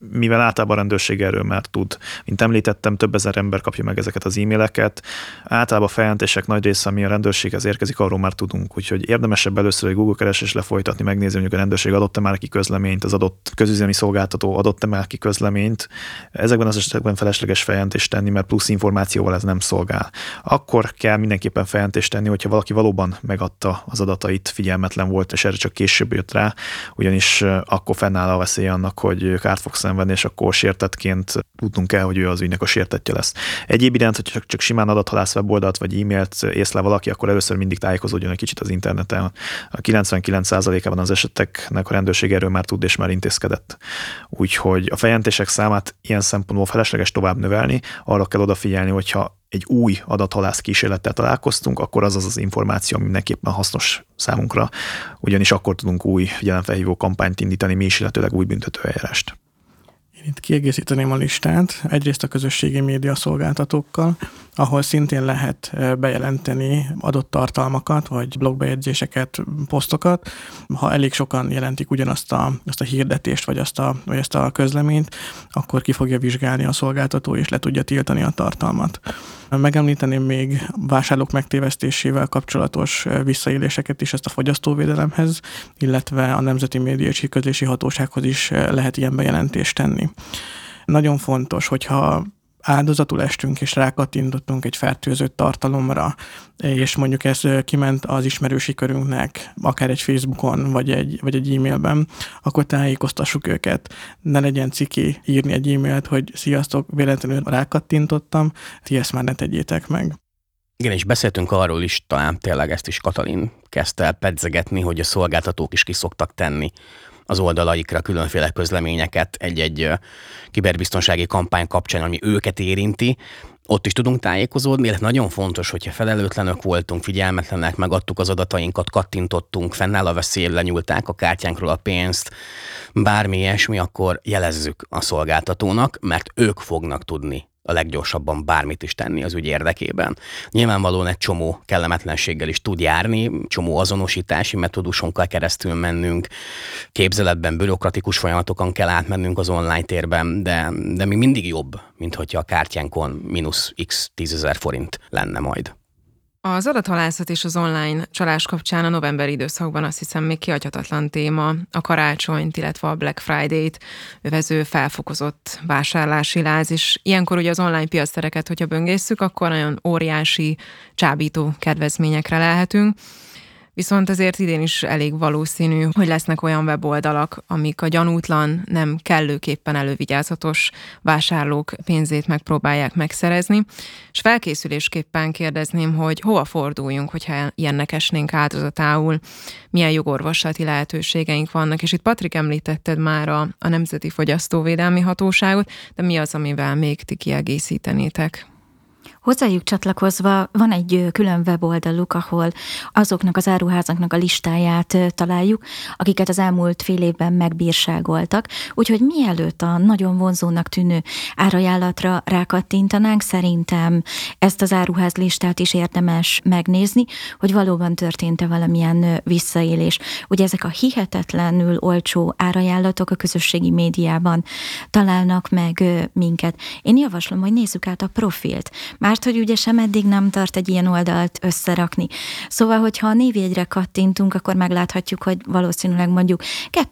mivel általában a rendőrség erről már tud. Mint említettem, több ezer ember kapja meg ezeket az e-maileket. Általában a feljelentések nagy része, ami a rendőrséghez érkezik, arról már tudunk. Úgyhogy érdemesebb először egy Google keresés lefolytatni, megnézni, mondjuk a rendőrség adott-e már ki közleményt, az adott közüzemi szolgáltató adott-e már ki közleményt. Ezekben az esetekben felesleges feljelentést tenni, mert plusz információval ez nem szolgál. Akkor kell mindenképpen feljelentést tenni, hogyha valaki valóban megadta az adatait, figyelmetlen volt, és erre csak később jött rá, ugyanis akkor fennáll a veszély annak, hogy kárt fog szenvedni, és akkor sértettként tudnunk kell, hogy ő az ügynek a sértettje lesz. Egyéb iránt, hogy csak simán adathalász weboldalt vagy e-mailt észlel valaki, akkor először mindig tájékozódjon egy kicsit az interneten. A 99%-ában az eseteknek a rendőrség erről már tud és már intézkedett. Úgyhogy a feljelentések számát ilyen szempontból felesleges tovább növelni, arra kell odafigyelni, hogyha egy új adathalász kísérlettel találkoztunk, akkor az az információ, ami mindenképpen hasznos számunkra, ugyanis akkor tudunk új figyelemfelhívó kampányt indítani, mi is, illetőleg új büntetőeljárást. Én itt kiegészíteném a listát, egyrészt a közösségi média szolgáltatókkal, ahol szintén lehet bejelenteni adott tartalmakat, vagy blogbejegyzéseket, posztokat. Ha elég sokan jelentik ugyanazt a hirdetést, vagy ezt a közleményt, akkor ki fogja vizsgálni a szolgáltató, és le tudja tiltani a tartalmat. Megemlíteném még vásárlók megtévesztésével kapcsolatos visszaéléseket is, ezt a fogyasztóvédelemhez, illetve a Nemzeti Média és Hírközlési Hatósághoz is lehet ilyen bejelentést tenni. Nagyon fontos, hogyha áldozatul estünk és rákattintottunk egy fertőző tartalomra, és mondjuk ez kiment az ismerősi körünknek, akár egy Facebookon, vagy egy e-mailben, akkor tájékoztassuk őket. Ne legyen ciki írni egy e-mailt, hogy sziasztok, véletlenül rákattintottam, ti ezt már ne tegyétek meg. Igen, és beszéltünk arról is, talán tényleg ezt is Katalin kezdte el pedzegetni, hogy a szolgáltatók is ki szoktak tenni az oldalaikra különféle közleményeket egy-egy kiberbiztonsági kampány kapcsán, ami őket érinti. Ott is tudunk tájékozódni, illetve nagyon fontos, hogyha felelőtlenök voltunk, figyelmetlenek, megadtuk az adatainkat, kattintottunk, fennáll a veszély, lenyúlták a kártyánkról a pénzt, bármi ilyesmi, akkor jelezzük a szolgáltatónak, mert ők fognak tudni a leggyorsabban bármit is tenni az ügy érdekében. Nyilvánvalóan egy csomó kellemetlenséggel is tud járni, csomó azonosítási metódusunkkal keresztül mennünk, képzeletben, bürokratikus folyamatokon kell átmennünk az online térben, de még mindig jobb, mint hogyha a kártyánkon mínusz x 10 000 forint lenne majd. Az adathalászat és az online csalás kapcsán a novemberi időszakban azt hiszem még kihagyhatatlan téma a karácsonyt, illetve a Black Friday-t övező felfokozott vásárlási láz, és ilyenkor ugye az online piactereket, hogyha böngészünk, akkor nagyon óriási, csábító kedvezményekre lelhetünk. Viszont azért idén is elég valószínű, hogy lesznek olyan weboldalak, amik a gyanútlan, nem kellőképpen elővigyázatos vásárlók pénzét megpróbálják megszerezni. És felkészülésképpen kérdezném, hogy hova forduljunk, hogyha ilyennek esnénk áldozatául, milyen jogorvoslati lehetőségeink vannak. És itt Patrik említetted már a Nemzeti Fogyasztóvédelmi Hatóságot, de mi az, amivel még ti kiegészítenétek? Hozzájuk csatlakozva van egy külön weboldaluk, ahol azoknak az áruházaknak a listáját találjuk, akiket az elmúlt fél évben megbírságoltak. Úgyhogy mielőtt a nagyon vonzónak tűnő árajánlatra rákattintanánk, szerintem ezt az áruház listát is érdemes megnézni, hogy valóban történt-e valamilyen visszaélés. Ugye ezek a hihetetlenül olcsó árajánlatok a közösségi médiában találnak meg minket. Én javaslom, hogy nézzük át a profilt. Mert hogy ugye sem eddig nem tart egy ilyen oldalt összerakni. Szóval, hogyha a névjegyre kattintunk, akkor megláthatjuk, hogy valószínűleg mondjuk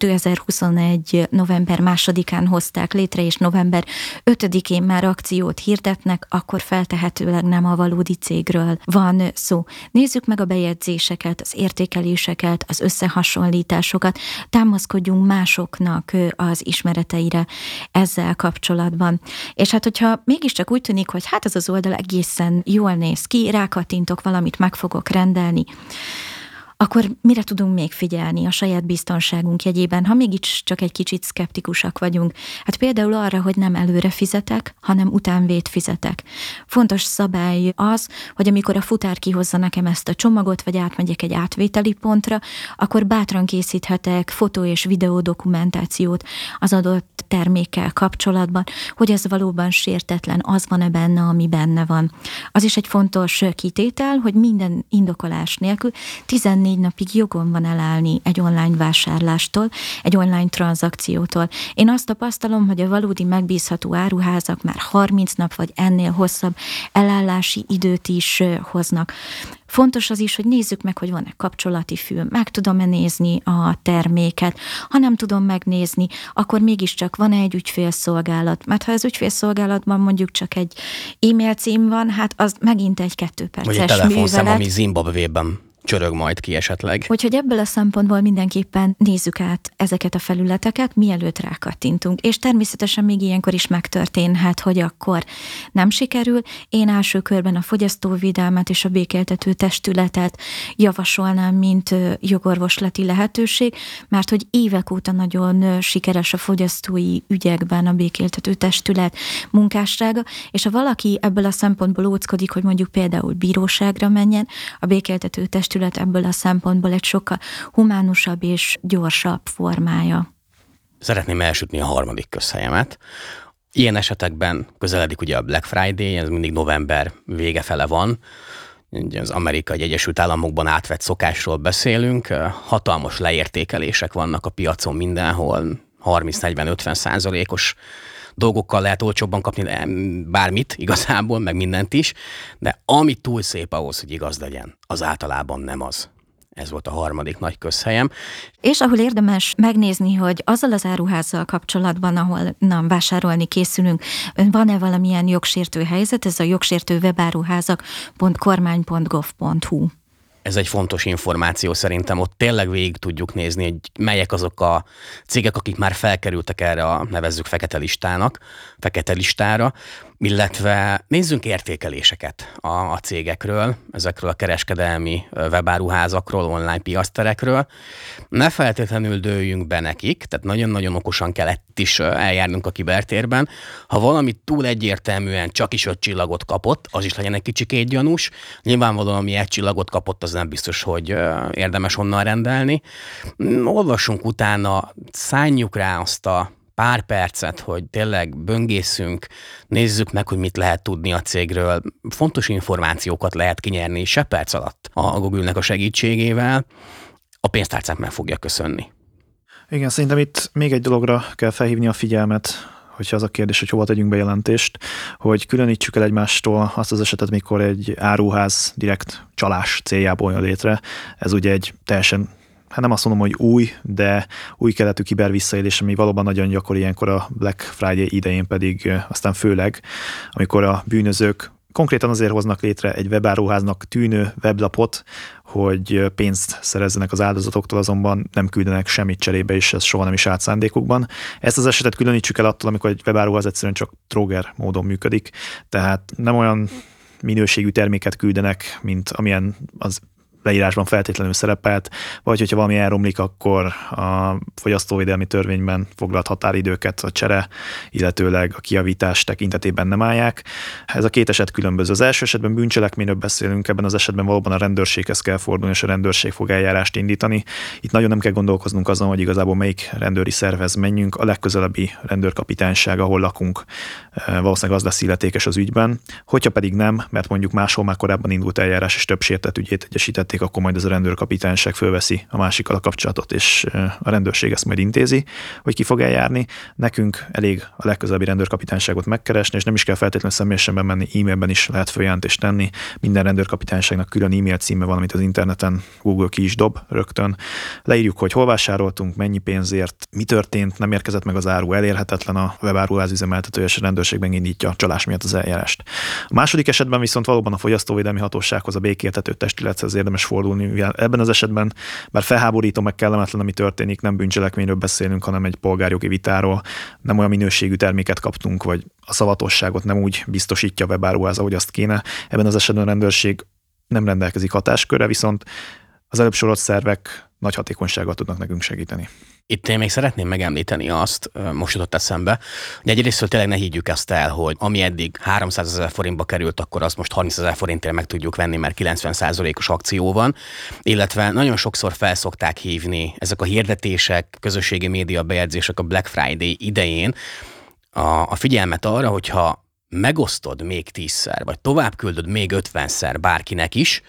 2021. november 2-án hozták létre, és november 5-én már akciót hirdetnek, akkor feltehetőleg nem a valódi cégről van szó. Nézzük meg a bejegyzéseket, az értékeléseket, az összehasonlításokat, támaszkodjunk másoknak az ismereteire ezzel kapcsolatban. És hát, hogyha mégiscsak úgy tűnik, hogy hát ez az oldal egészen jól néz ki, rákattintok valamit, meg fogok rendelni, akkor mire tudunk még figyelni a saját biztonságunk jegyében, ha mégis csak egy kicsit szkeptikusak vagyunk? Hát például arra, hogy nem előre fizetek, hanem utánvét fizetek. Fontos szabály az, hogy amikor a futár kihozza nekem ezt a csomagot, vagy átmegyek egy átvételi pontra, akkor bátran készíthetek fotó- és videódokumentációt az adott termékkel kapcsolatban, hogy ez valóban sértetlen, az van-e benne, ami benne van. Az is egy fontos kitétel, hogy minden indokolás nélkül 14 14 napig jogom van elállni egy online vásárlástól, egy online tranzakciótól. Én azt tapasztalom, hogy a valódi megbízható áruházak már 30 nap vagy ennél hosszabb elállási időt is hoznak. Fontos az is, hogy nézzük meg, hogy van-e kapcsolati fül, meg tudom-e nézni a terméket, ha nem tudom megnézni, akkor mégiscsak van-e egy ügyfélszolgálat, mert ha az ügyfélszolgálatban mondjuk csak egy e-mail cím van, hát az megint egy 2 perces vagy egy telefonszám, művelet. ami Zimbabvében csörög majd ki esetleg. Úgyhogy ebből a szempontból mindenképpen nézzük át ezeket a felületeket, mielőtt rákattintunk. És természetesen még ilyenkor is megtörténhet, hogy akkor nem sikerül. Én első körben a fogyasztóvédelmet és a békéltető testületet javasolnám, mint jogorvoslati lehetőség, mert hogy évek óta nagyon sikeres a fogyasztói ügyekben a békéltető testület munkássága, és ha valaki ebből a szempontból óckodik, hogy mondjuk például bíróságra menjen, a békéltető testület ebből a szempontból egy sokkal humánusabb és gyorsabb formája. Szeretném elsütni a harmadik közhelyemet. Ilyen esetekben közeledik ugye a Black Friday, ez mindig november vége fele van. Ugye az Amerikai Egyesült Államokban átvett szokásról beszélünk, hatalmas leértékelések vannak a piacon mindenhol, 30-40-50%-os dolgokkal lehet olcsóbban kapni bármit igazából, meg mindent is, de ami túl szép ahhoz, hogy igaz legyen, az általában nem az. Ez volt a harmadik nagy közhelyem. És ahol érdemes megnézni, hogy azzal az áruházzal kapcsolatban, ahol vásárolni készülünk, van-e valamilyen jogsértő helyzet, ez a jogsértő webáruházak.kormány.gov.hu. Ez egy fontos információ szerintem, ott tényleg végig tudjuk nézni, hogy melyek azok a cégek, akik már felkerültek erre a nevezzük fekete listára, illetve nézzünk értékeléseket a cégekről, ezekről a kereskedelmi webáruházakról, online piacterekről. Ne feltétlenül dőljünk be nekik, tehát nagyon-nagyon okosan kellett is eljárnunk a kibertérben. Ha valami túl egyértelműen csak is 5 csillagot kapott, az is legyen egy kicsikét gyanús. Nyilvánvalóan, ami 1 csillagot kapott, az nem biztos, hogy érdemes onnan rendelni. Olvassunk utána, szánjuk rá azt a pár percet, hogy tényleg böngészünk, nézzük meg, hogy mit lehet tudni a cégről. Fontos információkat lehet kinyerni se perc alatt a Google-nek a segítségével. A pénztárcánk meg fogja köszönni. Igen, szerintem itt még egy dologra kell felhívni a figyelmet, hogyha az a kérdés, hogy hova tegyünk bejelentést, hogy különítsük el egymástól azt az esetet, mikor egy áruház direkt csalás céljából jön létre. Ez ugye egy teljesen, hát nem azt mondom, hogy új, de új keletű kibervisszaélés, ami valóban nagyon gyakori ilyenkor a Black Friday idején pedig aztán főleg, amikor a bűnözők konkrétan azért hoznak létre egy webáruháznak tűnő weblapot, hogy pénzt szerezzenek az áldozatoktól, azonban nem küldenek semmit cserébe, és ez soha nem is állt szándékukban. Ezt az esetet különítsük el attól, amikor egy webáruház egyszerűen csak tróger módon működik, tehát nem olyan minőségű terméket küldenek, mint amilyen az leírásban feltétlenül szerepelt, vagy hogyha valami elromlik, akkor a fogyasztóvédelmi törvényben foglalt határidőket a csere, illetőleg a kijavítás tekintetében nem állják. Ez a két eset különböző. Az első esetben bűncselekményről beszélünk, ebben az esetben valóban a rendőrséghez kell fordulni, és a rendőrség fog eljárást indítani. Itt nagyon nem kell gondolkoznunk azon, hogy igazából melyik rendőri szervhez menjünk. A legközelebbi rendőrkapitányság, ahol lakunk, valószínűleg az lesz illetékes az ügyben. Hogyha pedig nem, mert mondjuk máshol már korábban indult eljárás, és több sértett ügyét egyesített, akkor majd ez a rendőrkapitányság fölveszi a másikkal a kapcsolatot, és a rendőrség ezt majd intézi, hogy ki fog eljárni. Nekünk elég a legközelebbi rendőrkapitányságot megkeresni, és nem is kell feltétlenül személyesen bemenni, e-mailben is lehet följelentést tenni. Minden rendőrkapitányságnak külön e-mail címe van, amit az interneten Google ki is dob rögtön. Leírjuk, hogy hol vásároltunk, mennyi pénzért, mi történt, nem érkezett meg az áru, elérhetetlen a webáruház üzemeltető, és a rendőrségben indítja a csalás miatt az eljárást. A második esetben viszont valóban a fogyasztóvédelmi hatósághoz, a békéltető testülethez érdemes fordulni. Ebben az esetben, bár felháborító, meg kellemetlen, ami történik, nem bűncselekményről beszélünk, hanem egy polgárjogi vitáról, nem olyan minőségű terméket kaptunk, vagy a szavatosságot nem úgy biztosítja a webáruház, ahogy azt kéne. Ebben az esetben a rendőrség nem rendelkezik hatáskörre, viszont az előbb sorolt szervek nagy hatékonysággal tudnak nekünk segíteni. Itt én még szeretném megemlíteni azt, most jutott eszembe, hogy egyrészt tényleg ne higgyük ezt el, hogy ami eddig 300 000 forintba került, akkor azt most 30 000 forintért meg tudjuk venni, mert 90%-os akció van, illetve nagyon sokszor felszokták hívni ezek a hirdetések, közösségi média bejegyzések a Black Friday idején a figyelmet arra, hogyha megosztod még 10-szer, vagy tovább küldöd még 50-szer bárkinek is,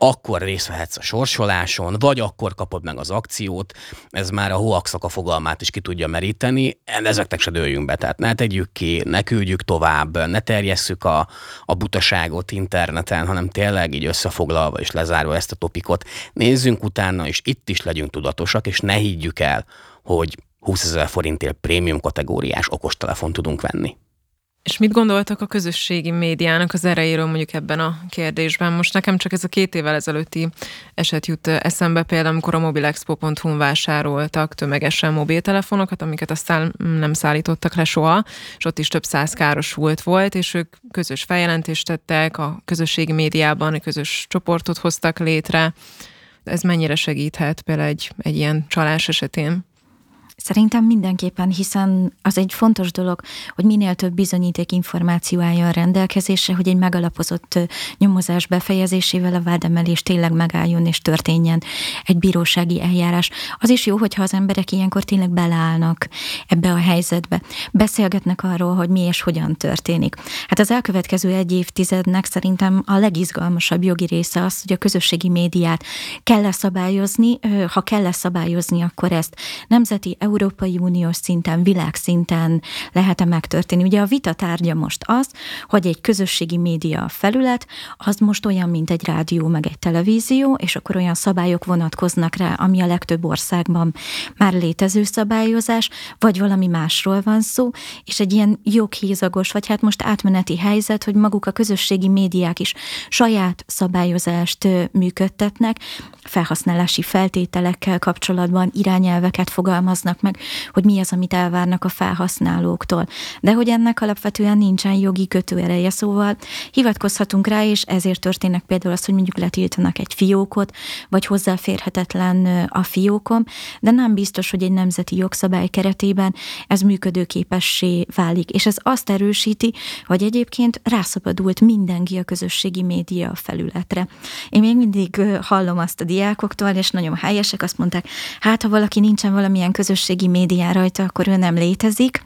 akkor részt vehetsz a sorsoláson, vagy akkor kapod meg az akciót, ez már a hoaxnak a fogalmát is ki tudja meríteni, ezeknek se dőljünk be, tehát ne tegyük ki, ne küldjük tovább, ne terjesszük a butaságot interneten, hanem tényleg így összefoglalva és lezárva ezt a topikot, nézzünk utána, és itt is legyünk tudatosak, és ne higgyük el, hogy 20 000 forintért prémium kategóriás okostelefont tudunk venni. És mit gondoltak a közösségi médiának az erejéről mondjuk ebben a kérdésben? Most nekem csak ez a 2 évvel ezelőtti eset jut eszembe, például amikor a mobilexpo.hu-n vásároltak tömegesen mobiltelefonokat, amiket aztán nem szállítottak le soha, és ott is több 100 károsult volt, és ők közös feljelentést tettek, a közösségi médiában egy közös csoportot hoztak létre. Ez mennyire segíthet például egy ilyen csalás esetén? Szerintem mindenképpen, hiszen az egy fontos dolog, hogy minél több bizonyíték információ álljon rendelkezésre, hogy egy megalapozott nyomozás befejezésével a vádemelés tényleg megálljon és történjen egy bírósági eljárás. Az is jó, hogyha az emberek ilyenkor tényleg beleállnak ebbe a helyzetbe. Beszélgetnek arról, hogy mi és hogyan történik. Hát az elkövetkező 1 évtizednek szerintem a legizgalmasabb jogi része az, hogy a közösségi médiát kell szabályozni, ha kell szabályozni, akkor ezt nemzeti, Európai Uniós szinten, világszinten lehet-e megtörténni. Ugye a vita tárgya most az, hogy egy közösségi média felület, az most olyan, mint egy rádió, meg egy televízió, és akkor olyan szabályok vonatkoznak rá, ami a legtöbb országban már létező szabályozás, vagy valami másról van szó, és egy ilyen joghízagos, vagy hát most átmeneti helyzet, hogy maguk a közösségi médiák is saját szabályozást működtetnek, felhasználási feltételekkel kapcsolatban irányelveket fogalmaznak meg, hogy mi az, amit elvárnak a felhasználóktól. De hogy ennek alapvetően nincsen jogi kötőereje, szóval hivatkozhatunk rá, és ezért történnek például az, hogy mondjuk letiltanak egy fiókot, vagy hozzáférhetetlen a fiókom, de nem biztos, hogy egy nemzeti jogszabály keretében ez működőképessé válik. És ez azt erősíti, hogy egyébként rászabadult mindenki a közösségi média felületre. Én még mindig hallom azt a diákoktól, és nagyon helyesek, azt mondták, hát ha valaki nincsen valamilyen közösségi médián rajta, akkor ő nem létezik.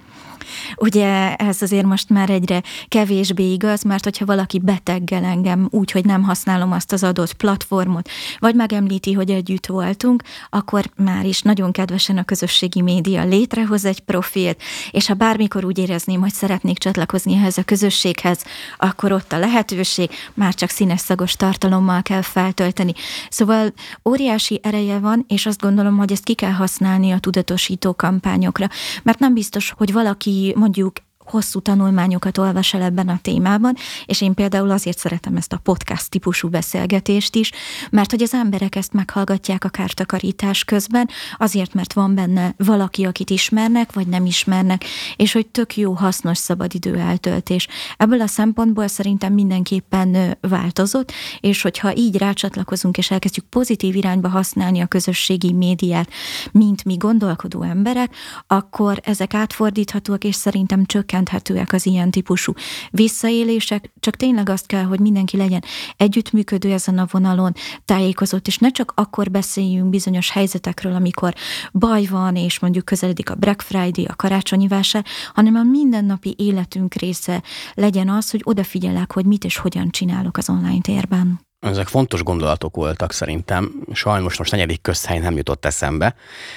Ugye ez azért most már egyre kevésbé igaz, mert hogyha valaki beteggel engem úgy, hogy nem használom azt az adott platformot, vagy megemlíti, hogy együtt voltunk, akkor már is nagyon kedvesen a közösségi média létrehoz egy profilt, és ha bármikor úgy érezném, hogy szeretnék csatlakozni ehhez a közösséghez, akkor ott a lehetőség, már csak színes szagos tartalommal kell feltölteni. Szóval óriási ereje van, és azt gondolom, hogy ezt ki kell használni a tudatosító kampányokra, mert nem biztos, hogy valaki mondjuk hosszú tanulmányokat olvas el ebben a témában, és én például azért szeretem ezt a podcast típusú beszélgetést is, mert hogy az emberek ezt meghallgatják a kártakarítás közben, azért, mert van benne valaki, akit ismernek, vagy nem ismernek, és hogy tök jó, hasznos szabadidő eltöltés. Ebből a szempontból szerintem mindenképpen változott, és hogyha így rácsatlakozunk, és elkezdjük pozitív irányba használni a közösségi médiát, mint mi gondolkodó emberek, akkor ezek átfordíthatóak, és szerintem csökkenthetőek az ilyen típusú visszaélések, csak tényleg azt kell, hogy mindenki legyen együttműködő ezen a vonalon, tájékozott, és ne csak akkor beszéljünk bizonyos helyzetekről, amikor baj van, és mondjuk közeledik a Black Friday, a karácsonyi vásár, hanem a mindennapi életünk része legyen az, hogy odafigyelek, hogy mit és hogyan csinálok az online térben. Ezek fontos gondolatok voltak szerintem. Sajnos most 4. közhely nem jutott eszembe,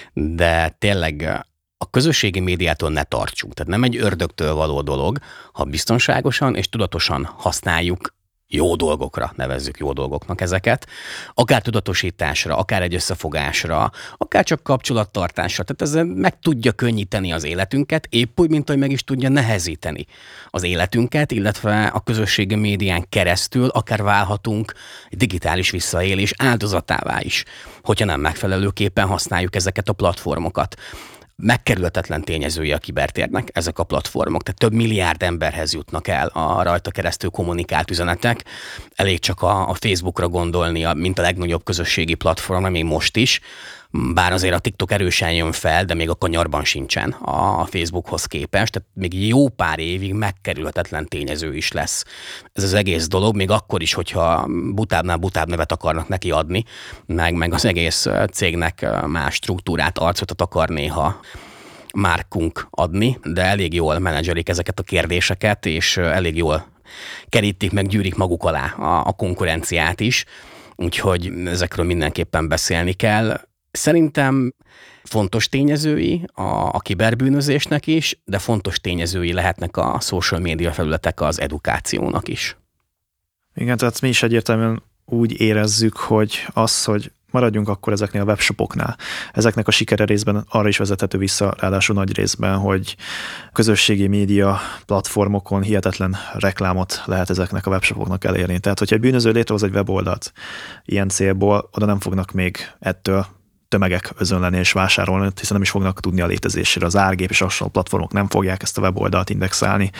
de tényleg a közösségi médiától ne tartsunk. Tehát nem egy ördögtől való dolog, ha biztonságosan és tudatosan használjuk, jó dolgokra nevezzük jó dolgoknak ezeket, akár tudatosításra, akár egy összefogásra, akár csak kapcsolattartásra. Tehát ez meg tudja könnyíteni az életünket, épp úgy, mint hogy meg is tudja nehezíteni az életünket, illetve a közösségi médián keresztül akár válhatunk digitális visszaélés áldozatává is, hogyha nem megfelelőképpen használjuk ezeket a platformokat. Megkerülhetetlen tényezője a kibertérnek ezek a platformok, tehát több milliárd emberhez jutnak el a rajta keresztül kommunikált üzenetek. Elég csak a Facebookra gondolni, mint a legnagyobb közösségi platform, még most is, bár azért a TikTok erősen jön fel, de még a kanyarban sincsen a Facebookhoz képest, tehát még jó pár évig megkerülhetetlen tényező is lesz ez az egész dolog, még akkor is, hogyha butábbnál butább nevet akarnak neki adni, meg az egész cégnek más struktúrát, arcotot akar néha márkunk adni, de elég jól menedzselik ezeket a kérdéseket, és elég jól kerítik meg, gyűrik maguk alá a konkurenciát is. úgyhogy ezekről mindenképpen beszélni kell. Szerintem fontos tényezői a kiberbűnözésnek is, de fontos tényezői lehetnek a social media felületek az edukációnak is. Igen, tehát mi is egyértelműen úgy érezzük, hogy maradjunk akkor ezeknél a webshopoknál. Ezeknek a sikere részben arra is vezethető vissza, ráadásul nagy részben, hogy közösségi média platformokon hihetetlen reklámot lehet ezeknek a webshopoknak elérni. Tehát, hogyha egy bűnöző létrehoz egy weboldalt ilyen célból, oda nem fognak még ettől tömegek özönleni és vásárolni, hiszen nem is fognak tudni a létezésére. Az árgép és hasonló platformok nem fogják ezt a weboldalt indexálni.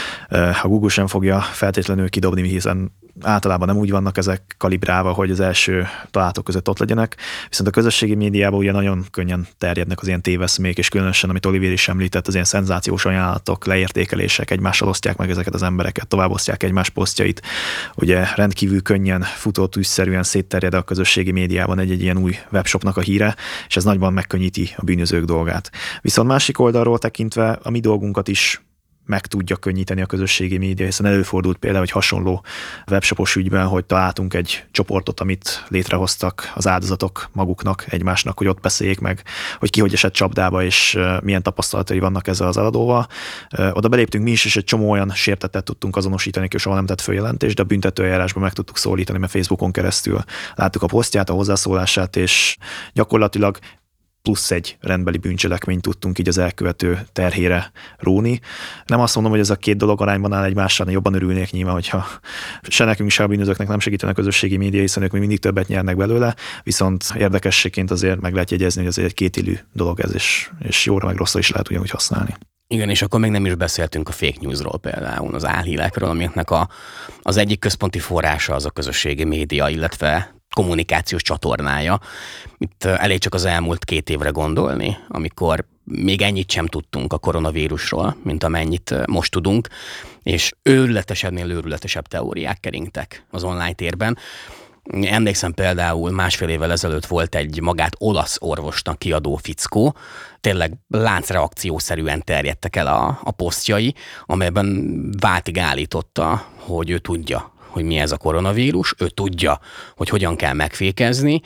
A Google sem fogja feltétlenül kidobni, hiszen általában nem úgy vannak ezek kalibrálva, hogy az első találatok között ott legyenek, viszont a közösségi médiában ugye nagyon könnyen terjednek az ilyen téveszmék, és különösen, amit Olivér is említett, az ilyen szenzációs ajánlatok, leértékelések, egymással osztják meg ezeket az embereket, továbbosztják egymás posztjait. Ugye rendkívül könnyen futótűzszerűen szétterjed a közösségi médiában egy ilyen új webshopnak a híre, és ez nagyban megkönnyíti a bűnözők dolgát. Viszont másik oldalról tekintve a mi dolgunkat is meg tudja könnyíteni a közösségi média, hiszen előfordult például, hogy hasonló webshopos ügyben, hogy találtunk egy csoportot, amit létrehoztak az áldozatok maguknak, egymásnak, hogy ott beszéljék meg, hogy ki hogy esett csapdába, és milyen tapasztalatai vannak ezzel az eladóval. Oda beléptünk mi is, és egy csomó olyan sértettet tudtunk azonosítani, és soha nem tett följelentést, de a büntetőeljárásban meg tudtuk szólítani, mert Facebookon keresztül láttuk a posztját, a hozzászólását, és gyakorlatilag plusz egy rendbeli bűncselekményt tudtunk így az elkövető terhére róni. Nem azt mondom, hogy ez a két dolog arányban áll egymással, jobban örülnék nyilván, hogyha se nekünk, se a bűnözőknek nem segítene a közösségi média, hiszen ők még mindig többet nyernek belőle, viszont érdekességként azért meg lehet jegyezni, hogy azért egy kétillű dolog ez, és jóra meg rosszra is lehet ugyanúgy használni. Igen, és akkor még nem is beszéltünk a fake newsról például, az álhírekről, amiknek az egyik központi forrása az a közösségi média, illetve kommunikációs csatornája. Itt elég csak az elmúlt 2 évre gondolni, amikor még ennyit sem tudtunk a koronavírusról, mint amennyit most tudunk, és őrületesebb teóriák keringtek az online térben. Emlékszem például 1,5 évvel ezelőtt volt egy magát olasz orvosnak kiadó fickó, tényleg láncreakciószerűen terjedtek el a posztjai, amelyben váltig állította, hogy ő tudja, hogy mi ez a koronavírus, ő tudja, hogy hogyan kell megfékezni,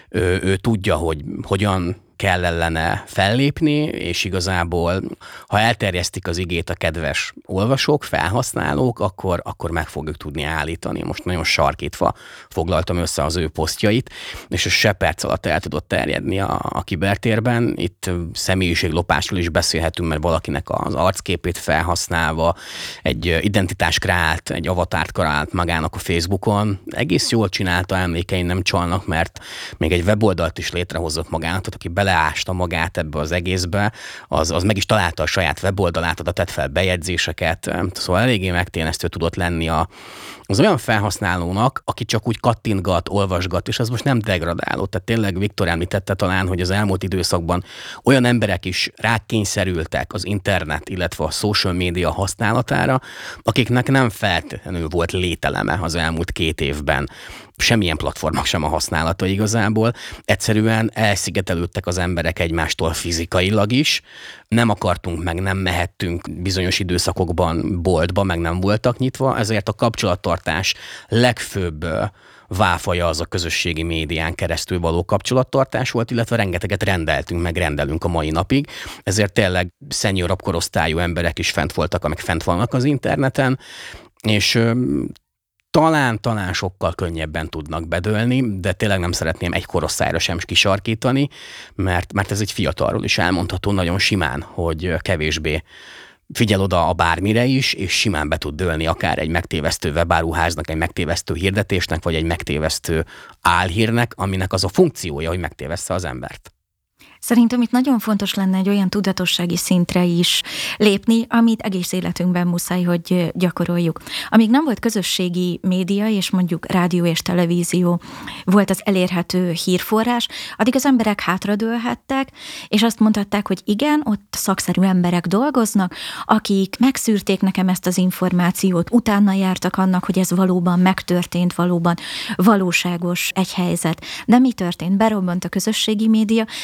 ő tudja, hogy hogyan kell ellene fellépni, és igazából, ha elterjesztik az igét a kedves olvasók, felhasználók, akkor meg fogjuk tudni állítani. Most nagyon sarkítva foglaltam össze az ő posztjait, és ez se perc alatt el tudott terjedni a kibertérben. Itt személyiséglopásról is beszélhetünk, mert valakinek az arcképét felhasználva egy identitást kreált, egy avatárt kreált magának a Facebookon. Egész jól csinálta, emlékeim nem csalnak, mert még egy weboldalt is létrehozott magának, aki beleásta magát ebbe az egészbe, az meg is találta a saját weboldalát, oda tett fel bejegyzéseket, szóval eléggé megtévesztő tudott lenni az olyan felhasználónak, aki csak úgy kattintgat, olvasgat, és az most nem degradáló. Tehát tényleg Viktor említette talán, hogy az elmúlt időszakban olyan emberek is rákényszerültek az internet, illetve a social média használatára, akiknek nem feltétlenül volt lételeme az elmúlt 2 évben. Semmilyen platformnak sem a használata igazából. Egyszerűen elszigetelődtek az emberek egymástól fizikailag is. Nem akartunk, meg nem mehettünk bizonyos időszakokban boltba, meg nem voltak nyitva, ezért a kapcsolattartás legfőbb válfaja az a közösségi médián keresztül való kapcsolattartás volt, illetve rengeteget rendeltünk, meg rendelünk a mai napig. Ezért tényleg szeniorabb korosztályú emberek is fent voltak, amik fent vannak az interneten, és talán sokkal könnyebben tudnak bedőlni, de tényleg nem szeretném egy korosztályra sem kisarkítani, mert ez egy fiatalról is elmondható nagyon simán, hogy kevésbé figyel oda a bármire is, és simán be tud dőlni akár egy megtévesztő webáruháznak, egy megtévesztő hirdetésnek, vagy egy megtévesztő álhírnek, aminek az a funkciója, hogy megtévessze az embert. Szerintem itt nagyon fontos lenne egy olyan tudatossági szintre is lépni, amit egész életünkben muszáj, hogy gyakoroljuk. Amíg nem volt közösségi média, és mondjuk rádió és televízió volt az elérhető hírforrás, addig az emberek hátradőlhettek, és azt mondhatták, hogy igen, ott szakszerű emberek dolgoznak, akik megszűrték nekem ezt az információt, utána jártak annak, hogy ez valóban megtörtént, valóban valóságos egy helyzet. De mi történt? Berobbant a közösségi média, és a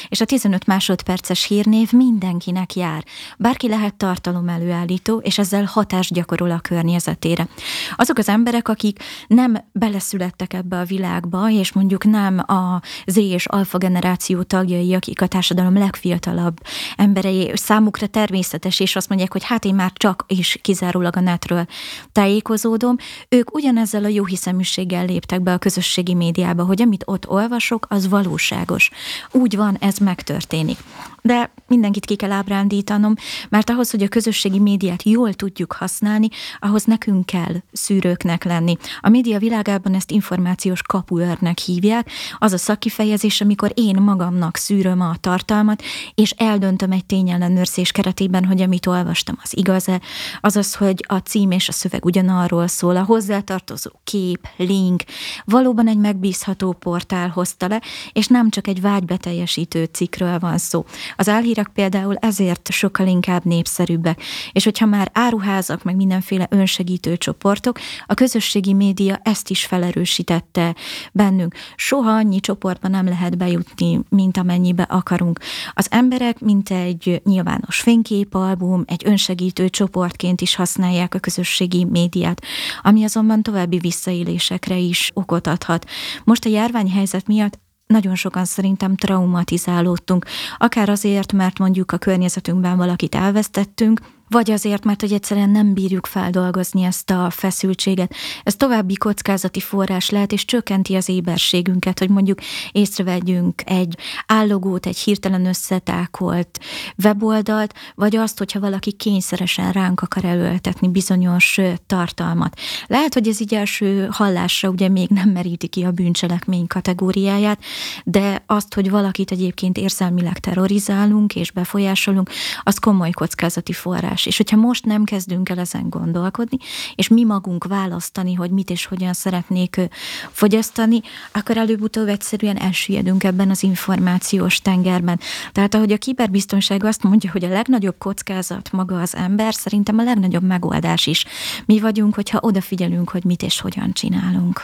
15 másodperces hírnév mindenkinek jár. Bárki lehet tartalom előállító, és ezzel hatást gyakorol a környezetére. Azok az emberek, akik nem beleszülettek ebbe a világba, és mondjuk nem a Z és alfa generáció tagjai, akik a társadalom legfiatalabb emberei, számukra természetes, és azt mondják, hogy hát én már csak és kizárólag a netről tájékozódom, ők ugyanezzel a jóhiszeműséggel léptek be a közösségi médiába, hogy amit ott olvasok, az valóságos. Úgy van, ez megtörténik. De mindenkit ki kell ábrándítanom, mert ahhoz, hogy a közösségi médiát jól tudjuk használni, ahhoz nekünk kell szűrőknek lenni. A média világában ezt információs kapuőrnek hívják, az a szakkifejezés, amikor én magamnak szűröm a tartalmat, és eldöntöm egy tényellenőrzés keretében, hogy amit olvastam, az igaz-e, azaz, hogy a cím és a szöveg ugyanarról szól, a hozzátartozó kép, link, valóban egy megbízható portál hozta le, és nem csak egy vágybeteljesítő cikkről van szó. Az álhírek például ezért sokkal inkább népszerűbbek, és hogyha már áruházak, meg mindenféle önsegítő csoportok, a közösségi média ezt is felerősítette bennünk. Soha annyi csoportba nem lehet bejutni, mint amennyibe akarunk. Az emberek, mint egy nyilvános fényképalbum, egy önsegítő csoportként is használják a közösségi médiát, ami azonban további visszaélésekre is okot adhat. Most a járványhelyzet miatt nagyon sokan szerintem traumatizálódtunk, akár azért, mert mondjuk a környezetünkben valakit elvesztettünk, vagy azért, mert hogy egyszerűen nem bírjuk feldolgozni ezt a feszültséget. Ez további kockázati forrás lehet, és csökkenti az éberségünket, hogy mondjuk észrevegyünk egy állogót, egy hirtelen összetákolt weboldalt, vagy azt, hogyha valaki kényszeresen ránk akar erőltetni bizonyos tartalmat. Lehet, hogy ez így első hallásra ugye még nem meríti ki a bűncselekmény kategóriáját, de azt, hogy valakit egyébként érzelmileg terrorizálunk és befolyásolunk, az komoly kockázati forrás. És hogyha most nem kezdünk el ezen gondolkodni, és mi magunk választani, hogy mit és hogyan szeretnék fogyasztani, akkor előbb-utóbb egyszerűen elsüllyedünk ebben az információs tengerben. Tehát ahogy a kiberbiztonság azt mondja, hogy a legnagyobb kockázat maga az ember, szerintem a legnagyobb megoldás is mi vagyunk, hogyha odafigyelünk, hogy mit és hogyan csinálunk.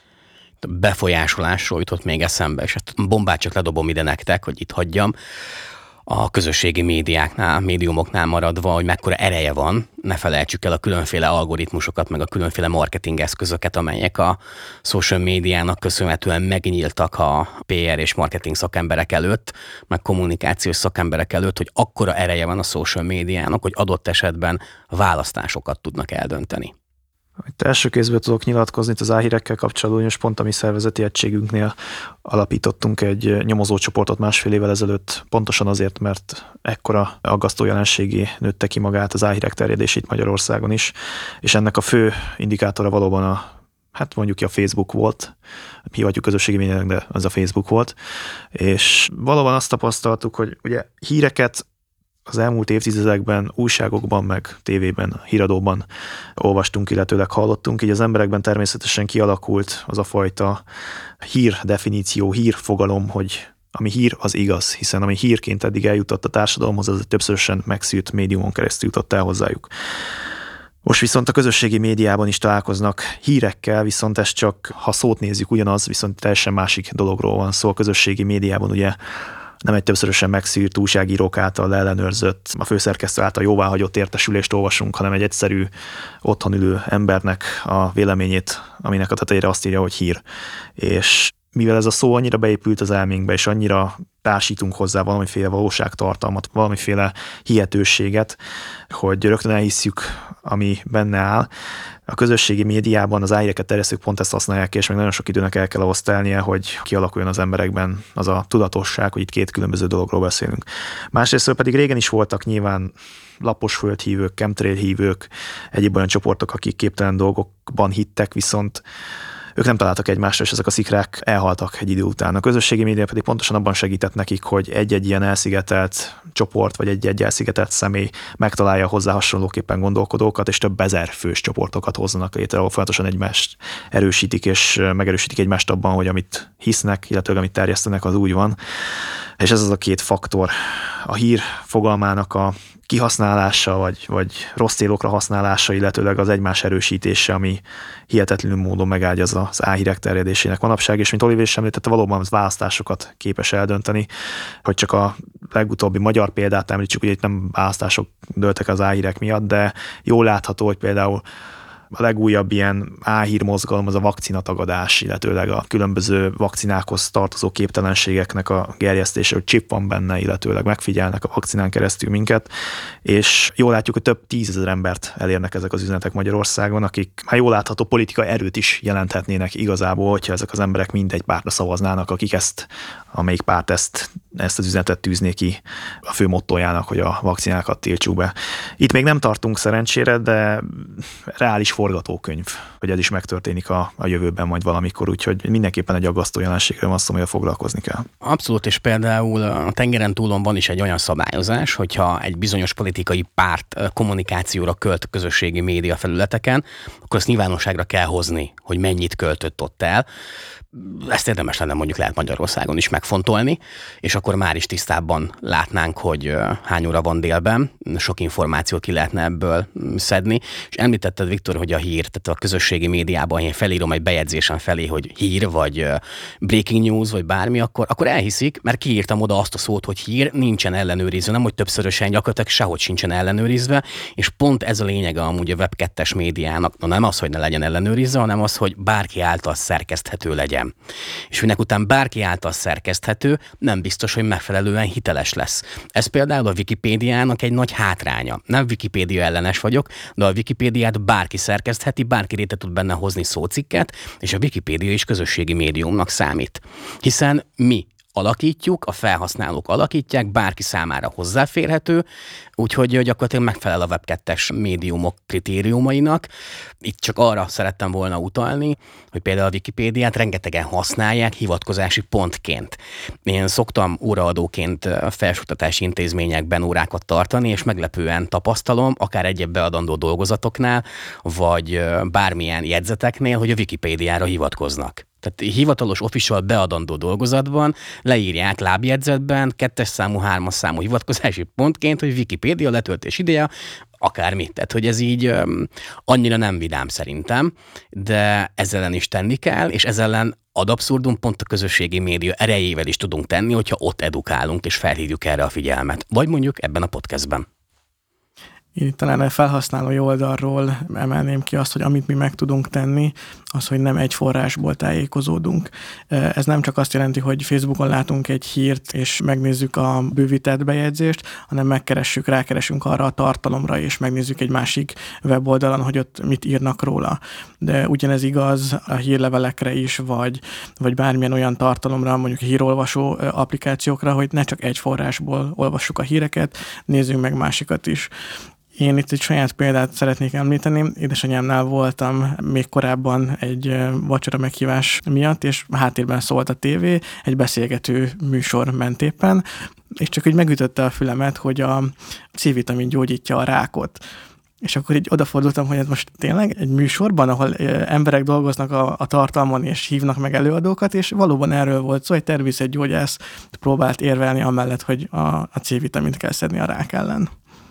A befolyásolásról jutott még eszembe, és ezt a bombát csak ledobom ide nektek, hogy itt hagyjam. A közösségi médiáknál, médiumoknál maradva, hogy mekkora ereje van, ne felejtsük el a különféle algoritmusokat, meg a különféle marketing eszközöket, amelyek a social médiának köszönhetően megnyíltak a PR és marketing szakemberek előtt, meg kommunikációs szakemberek előtt, hogy akkora ereje van a social médiának, hogy adott esetben választásokat tudnak eldönteni. Itt első kézből tudok nyilatkozni itt az álhírekkel kapcsolatban, és pont a mi szervezeti egységünknél alapítottunk egy nyomozócsoportot 1,5 évvel ezelőtt, pontosan azért, mert ekkora aggasztó jelenségé nőtte ki magát az álhírek terjedését Magyarországon is, és ennek a fő indikátora valóban mondjuk a Facebook volt, hívhatjuk közösségi médiának, de az a Facebook volt, és valóban azt tapasztaltuk, hogy ugye híreket az elmúlt évtizedekben újságokban, meg tévében, híradóban olvastunk, illetőleg hallottunk, így az emberekben természetesen kialakult az a fajta hír definíció, hírfogalom, hogy ami hír, az igaz, hiszen ami hírként eddig eljutott a társadalomhoz, az többszörösen megszűrt médiumon keresztül jutott el hozzájuk. Most viszont a közösségi médiában is találkoznak hírekkel, viszont ez csak, ha szót nézzük, ugyanaz, viszont teljesen másik dologról van szó. A közösségi médiában ugye nem egy többszörösen megszűrt újságírók által ellenőrzött, a főszerkesztő által jóváhagyott értesülést olvasunk, hanem egy egyszerű, otthon ülő embernek a véleményét, aminek a tetejére azt írja, hogy hír. És mivel ez a szó annyira beépült az elménkbe, és annyira társítunk hozzá valamiféle valóságtartalmat, valamiféle hihetőséget, hogy rögtön elhisszük, ami benne áll. A közösségi médiában az álhíreket terjesztők pont ezt használják ki, és még nagyon sok időnek el kell ahhoz telnie, hogy kialakuljon az emberekben az a tudatosság, hogy itt két különböző dologról beszélünk. Másrészt pedig régen is voltak nyilván laposföldhívők, chemtrail hívők, egyéb olyan csoportok, akik képtelen dolgokban hittek, viszont ők nem találtak egymásra, és ezek a szikrák elhaltak egy idő után. A közösségi média pedig pontosan abban segített nekik, hogy egy-egy ilyen elszigetelt csoport, vagy egy-egy elszigetelt személy megtalálja hozzá hasonlóképpen gondolkodókat, és több ezer fős csoportokat hozzanak létre, ahol folyamatosan egymást erősítik, és megerősítik egymást abban, hogy amit hisznek, illetve amit terjesztenek, az úgy van. És ez az a két faktor. A hír fogalmának a kihasználása, vagy rossz célokra használása, illetőleg az egymás erősítése, ami hihetetlenül módon megágyazza az álhírek terjedésének manapság, és mint Oliver is említette, valóban az választásokat képes eldönteni, hogy csak a legutóbbi magyar példát említsük, ugye itt nem választások dőltek az álhírek miatt, de jól látható, hogy például a legújabb ilyen álhír mozgalom az a vakcinatagadás, illetőleg a különböző vakcinákhoz tartozó képtelenségeknek a gerjesztése, hogy chip van benne, illetőleg megfigyelnek a vakcinán keresztül minket, és jól látjuk, hogy több 10 000 embert elérnek ezek az üzenetek Magyarországon, akik már jól látható politikai erőt is jelenthetnének igazából, hogyha ezek az emberek mindegy pártra szavaznának, akik amelyik párt ezt az üzenetet tűzné ki a fő mottójának, hogy a vakcinákat tiltsuk be. Itt még nem tartunk szerencsére, de reális forgatókönyv, hogy ez is megtörténik a jövőben majd valamikor, úgyhogy mindenképpen egy aggasztó jelenségről van szó, amivel foglalkozni kell. Abszolút, és például a tengeren túlon van is egy olyan szabályozás, hogyha egy bizonyos politikai párt kommunikációra költ közösségi média felületeken, akkor azt nyilvánosságra kell hozni, hogy mennyit költött ott el. Ezt érdemes lenne mondjuk lehet Magyarországon is megfontolni, és akkor már is tisztábban látnánk, hogy hány óra van délben, sok információt ki lehetne ebből szedni. És említetted, Viktor, hogy a hír, tehát a közösségi médiában, én felírom egy bejegyzésen felé, hogy hír, vagy breaking news, vagy bármi, akkor elhiszik, mert kiírtam oda azt a szót, hogy hír, nincsen ellenőrizve, nem hogy többszörösen, gyakorlatilag sehogy sincsen ellenőrizve, és pont ez a lényege amúgy a Web2-es médiának, nem az, hogy ne legyen ellenőrizve, hanem az, hogy bárki által szerkeszthető legyen. És minek után bárki által szerkeszthető, nem biztos, hogy megfelelően hiteles lesz. Ez például a Wikipédiának egy nagy hátránya. Nem Wikipédia ellenes vagyok, de a Wikipédiát bárki szerkesztheti, bárki létre tud benne hozni szócikket, és a Wikipédia is közösségi médiumnak számít. Hiszen mi alakítjuk, a felhasználók alakítják, bárki számára hozzáférhető, úgyhogy gyakorlatilag megfelel a Web2-es médiumok kritériumainak. Itt csak arra szerettem volna utalni, hogy például a Wikipédiát rengetegen használják hivatkozási pontként. Én szoktam óraadóként a felsőoktatási intézményekben órákat tartani, és meglepően tapasztalom, akár egyéb beadandó dolgozatoknál, vagy bármilyen jegyzeteknél, hogy a Wikipédiára hivatkoznak. Tehát hivatalos, official beadandó dolgozatban leírják lábjegyzetben 2. számú, 3. számú hivatkozási pontként, hogy Wikipédia letöltés ideje, akármit. Tehát, hogy ez így annyira nem vidám szerintem, de ezzel ellen is tenni kell, és ezzel ellen ad abszurdum pont a közösségi média erejével is tudunk tenni, hogyha ott edukálunk és felhívjuk erre a figyelmet. Vagy mondjuk ebben a podcastben. Én talán a felhasználói oldalról emelném ki azt, hogy amit mi meg tudunk tenni, az, hogy nem egy forrásból tájékozódunk. Ez nem csak azt jelenti, hogy Facebookon látunk egy hírt, és megnézzük a bővített bejegyzést, hanem rákeresünk arra a tartalomra, és megnézzük egy másik weboldalon, hogy ott mit írnak róla. De ugyanez igaz a hírlevelekre is, vagy bármilyen olyan tartalomra, mondjuk hírolvasó applikációkra, hogy ne csak egy forrásból olvassuk a híreket, nézzünk meg másikat is. Én itt egy saját példát szeretnék említeni. Édesanyámnál voltam még korábban egy vacsora meghívás miatt, és háttérben szólt a tévé, egy beszélgető műsor ment éppen, és csak úgy megütötte a fülemet, hogy a C-vitamin gyógyítja a rákot. És akkor így odafordultam, hogy ez most tényleg egy műsorban, ahol emberek dolgoznak a tartalmon, és hívnak meg előadókat, és valóban erről volt szó, egy természetgyógyász próbált érvelni amellett, hogy a C-vitamint kell szedni a rák ellen.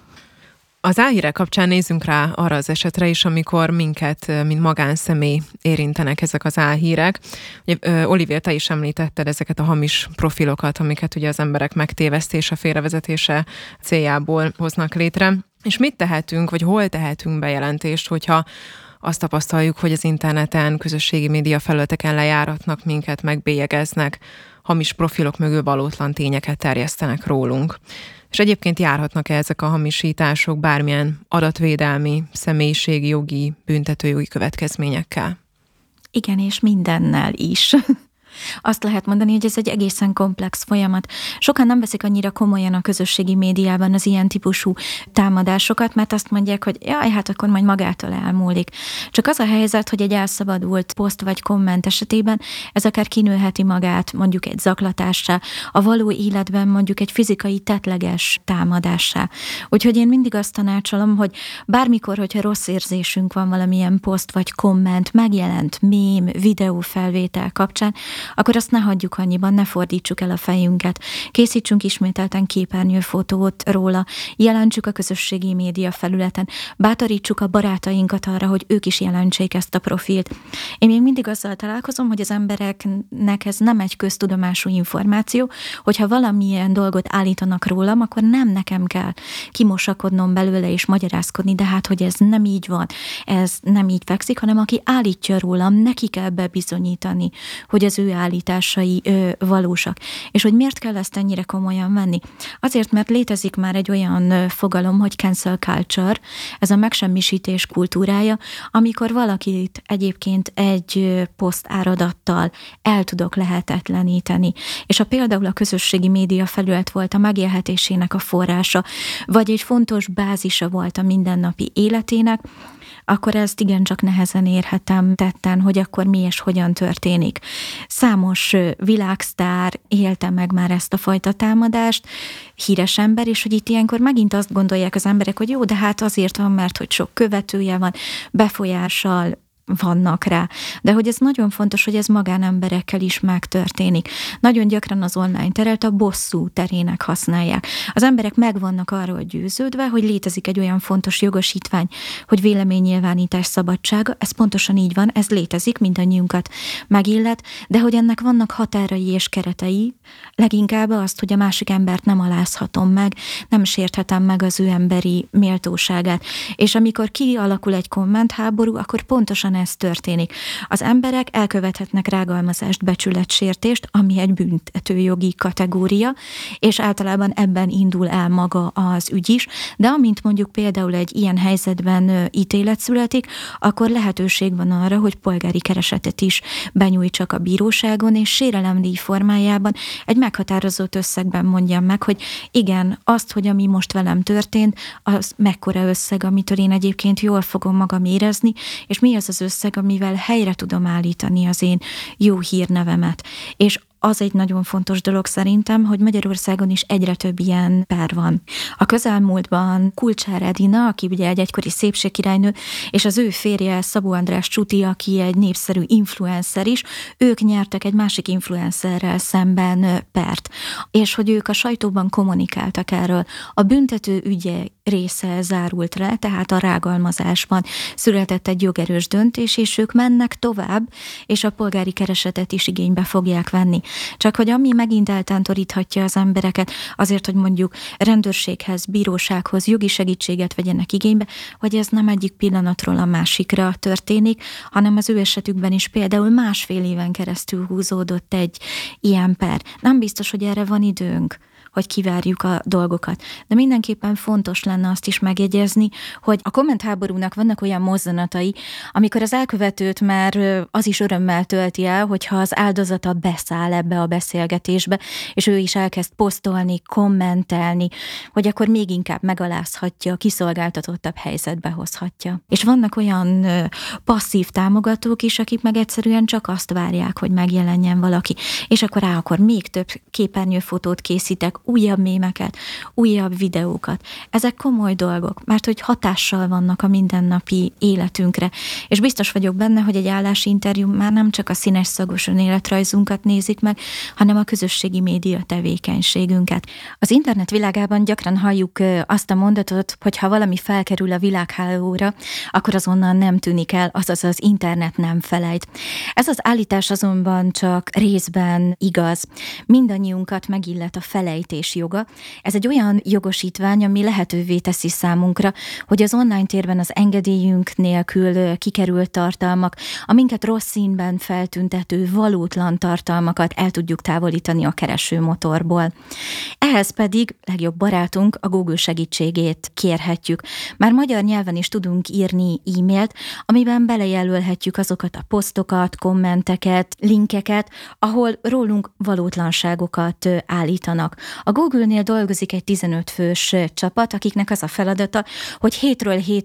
Az álhírek kapcsán nézzünk rá arra az esetre is, amikor minket, mint magánszemély érintenek ezek az álhírek. Ugye, Oliver, te is említetted ezeket a hamis profilokat, amiket ugye az emberek megtévesztése, félrevezetése céljából hoznak létre. És mit tehetünk, vagy hol tehetünk bejelentést, hogyha azt tapasztaljuk, hogy az interneten, közösségi média felületeken lejáratnak minket, megbélyegeznek, hamis profilok mögül valótlan tényeket terjesztenek rólunk. És egyébként járhatnak-e ezek a hamisítások bármilyen adatvédelmi, személyiségi, jogi, büntetőjogi következményekkel? Igen, és mindennel is. Azt lehet mondani, hogy ez egy egészen komplex folyamat. Sokan nem veszik annyira komolyan a közösségi médiában az ilyen típusú támadásokat, mert azt mondják, hogy jaj, hát akkor majd magától elmúlik. Csak az a helyzet, hogy egy elszabadult poszt vagy komment esetében ez akár kinőheti magát mondjuk egy zaklatássá, a való életben mondjuk egy fizikai tettleges támadássá. Úgyhogy én mindig azt tanácsolom, hogy bármikor, hogyha rossz érzésünk van valamilyen poszt vagy komment, megjelent mém, videófelvétel kapcsán, akkor azt ne hagyjuk annyiban, ne fordítsuk el a fejünket. Készítsünk ismételten képernyőfotót róla, jelentsük a közösségi média felületen, bátorítsuk a barátainkat arra, hogy ők is jelentsék ezt a profilt. Én még mindig azzal találkozom, hogy az embereknek ez nem egy köztudomású információ, hogyha valamilyen dolgot állítanak rólam, akkor nem nekem kell kimosakodnom belőle és magyarázkodni, de hát, hogy ez nem így van, ez nem így fekszik, hanem aki állítja rólam, neki kell bebizonyítani, hogy az ő állításai valósak. És hogy miért kell ezt ennyire komolyan venni? Azért, mert létezik már egy olyan fogalom, hogy cancel culture, ez a megsemmisítés kultúrája, amikor valakit egyébként egy poszt áradattal el tudok lehetetleníteni. És ha például a közösségi média felület volt a megélhetésének a forrása, vagy egy fontos bázisa volt a mindennapi életének, akkor ezt igencsak nehezen érhetem tetten, hogy akkor mi és hogyan történik. Számos világsztár élte meg már ezt a fajta támadást, híres ember, és hogy itt ilyenkor megint azt gondolják az emberek, hogy jó, de hát azért van, mert hogy sok követője van, befolyással vannak rá. De hogy ez nagyon fontos, hogy ez magánemberekkel is megtörténik. Nagyon gyakran az online teret a bosszú terének használják. Az emberek megvannak arról győződve, hogy létezik egy olyan fontos jogosítvány, hogy véleménynyilvánítás szabadsága, ez pontosan így van, ez létezik, mindannyiunkat megillet, de hogy ennek vannak határai és keretei, leginkább azt, hogy a másik embert nem alázhatom meg, nem sérthetem meg az ő emberi méltóságát. És amikor kialakul egy kommentháború, akkor pontosan ez történik. Az emberek elkövethetnek rágalmazást, becsületsértést, ami egy büntetőjogi kategória, és általában ebben indul el maga az ügy is, de amint mondjuk például egy ilyen helyzetben ítélet születik, akkor lehetőség van arra, hogy polgári keresetet is benyújtsak a bíróságon, és sérelemdíj formájában egy meghatározott összegben mondjam meg, hogy igen, azt, hogy ami most velem történt, az mekkora összeg, amitől én egyébként jól fogom magam érezni, és mi az az összeg, amivel helyre tudom állítani az én jó hírnevemet. És az egy nagyon fontos dolog szerintem, hogy Magyarországon is egyre több ilyen per van. A közelmúltban Kulcsár Edina, aki ugye egy egykori szépségkirálynő, és az ő férje Szabó András Csuti, aki egy népszerű influencer is, ők nyertek egy másik influencerrel szemben pert. És hogy ők a sajtóban kommunikáltak erről. A büntető ügye része zárult le, tehát a rágalmazásban született egy jogerős döntés, és ők mennek tovább, és a polgári keresetet is igénybe fogják venni. Csak hogy ami megint eltántoríthatja az embereket azért, hogy mondjuk rendőrséghez, bírósághoz jogi segítséget vegyenek igénybe, hogy ez nem egyik pillanatról a másikra történik, hanem az ő esetükben is például 1,5 éven keresztül húzódott egy ilyen per. Nem biztos, hogy erre van időnk, hogy kivárjuk a dolgokat. De mindenképpen fontos lenne azt is megjegyezni, hogy a kommentháborúnak vannak olyan mozzanatai, amikor az elkövetőt már az is örömmel tölti el, hogyha az áldozata beszáll ebbe a beszélgetésbe, és ő is elkezd posztolni, kommentelni, hogy akkor még inkább megalázhatja, kiszolgáltatottabb helyzetbe hozhatja. És vannak olyan passzív támogatók is, akik meg egyszerűen csak azt várják, hogy megjelenjen valaki, és akkor még több képernyőfotót készítek, újabb mémeket, újabb videókat. Ezek komoly dolgok, mert hogy hatással vannak a mindennapi életünkre. És biztos vagyok benne, hogy egy állásinterjú már nem csak a színes szagos önéletrajzunkat nézik meg, hanem a közösségi média tevékenységünket. Az internet világában gyakran halljuk azt a mondatot, hogy ha valami felkerül a világhálóra, akkor azonnal nem tűnik el, azaz az internet nem felejt. Ez az állítás azonban csak részben igaz. Mindannyiunkat megillet a felejtés joga. Ez egy olyan jogosítvány, ami lehetővé teszi számunkra, hogy az online térben az engedélyünk nélkül kikerült tartalmak, a minket rossz színben feltüntető valótlan tartalmakat el tudjuk távolítani a keresőmotorból. Ehhez pedig legjobb barátunk a Google segítségét kérhetjük. Már magyar nyelven is tudunk írni e-mailt, amiben belejelölhetjük azokat a posztokat, kommenteket, linkeket, ahol rólunk valótlanságokat állítanak. A Google-nél dolgozik egy 15 fős csapat, akiknek az a feladata, hogy hétről hétre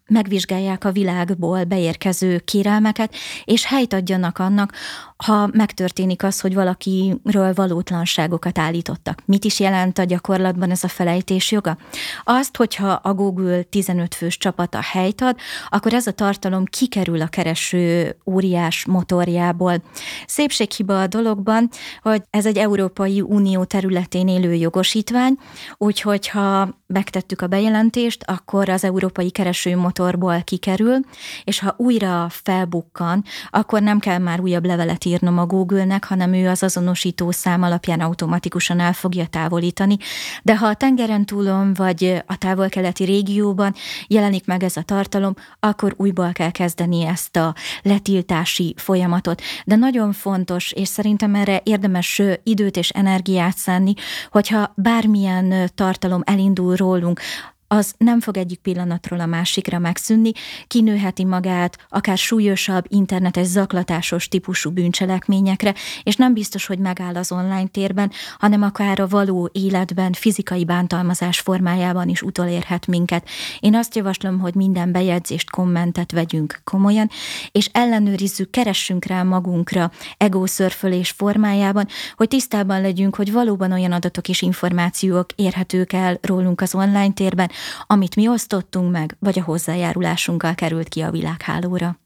megvizsgálják a világból beérkező kérelmeket, és helyt adjanak annak, ha megtörténik az, hogy valakiről valótlanságokat állítottak. Mit is jelent a gyakorlatban ez a felejtés joga? Azt, hogyha a Google 15 fős csapata helyt ad, akkor ez a tartalom kikerül a kereső óriás motorjából. Szépséghiba a dologban, hogy ez egy Európai Unió területén élő jogosítvány, úgyhogy ha megtettük a bejelentést, akkor az európai keresőmotorból kikerül, és ha újra felbukkan, akkor nem kell már újabb levelet írnom a Google-nek, hanem ő az azonosító szám alapján automatikusan el fogja távolítani. De ha a tengeren túlon vagy a távol-keleti régióban jelenik meg ez a tartalom, akkor újból kell kezdeni ezt a letiltási folyamatot. De nagyon fontos, és szerintem erre érdemes időt és energiát szánni, hogyha bármilyen tartalom elindul rólunk, az nem fog egyik pillanatról a másikra megszűnni, kinőheti magát akár súlyosabb, internetes zaklatásos típusú bűncselekményekre, és nem biztos, hogy megáll az online térben, hanem akár a való életben, fizikai bántalmazás formájában is utolérhet minket. Én azt javaslom, hogy minden bejegyzést, kommentet vegyünk komolyan, és ellenőrizzük, keressünk rá magunkra egószörfölés formájában, hogy tisztában legyünk, hogy valóban olyan adatok és információk érhetők el rólunk az online térben, amit mi osztottunk meg, vagy a hozzájárulásunkkal került ki a világhálóra.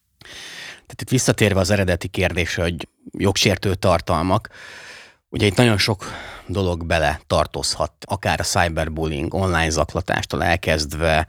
Tehát itt visszatérve az eredeti kérdésre, hogy jogsértő tartalmak, ugye itt nagyon sok dolog bele tartozhat, akár a cyberbullying, online zaklatástól elkezdve,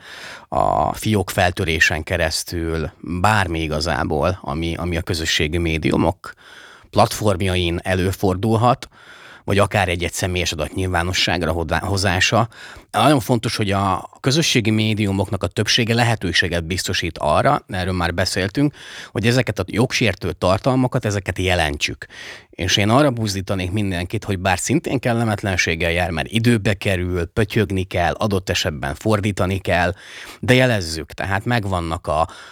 a fiók feltörésen keresztül, bármi igazából, ami a közösségi médiumok platformjain előfordulhat, vagy akár egy személyes adat nyilvánosságra hozása. Nagyon fontos, hogy a közösségi médiumoknak a többsége lehetőséget biztosít arra, erről már beszéltünk, hogy ezeket a jogsértő tartalmakat, ezeket jelentsük. És én arra buzdítanék mindenkit, hogy bár szintén kellemetlenséggel jár, mert időbe kerül, pötyögni kell, adott esetben fordítani kell, de jelezzük, tehát megvannak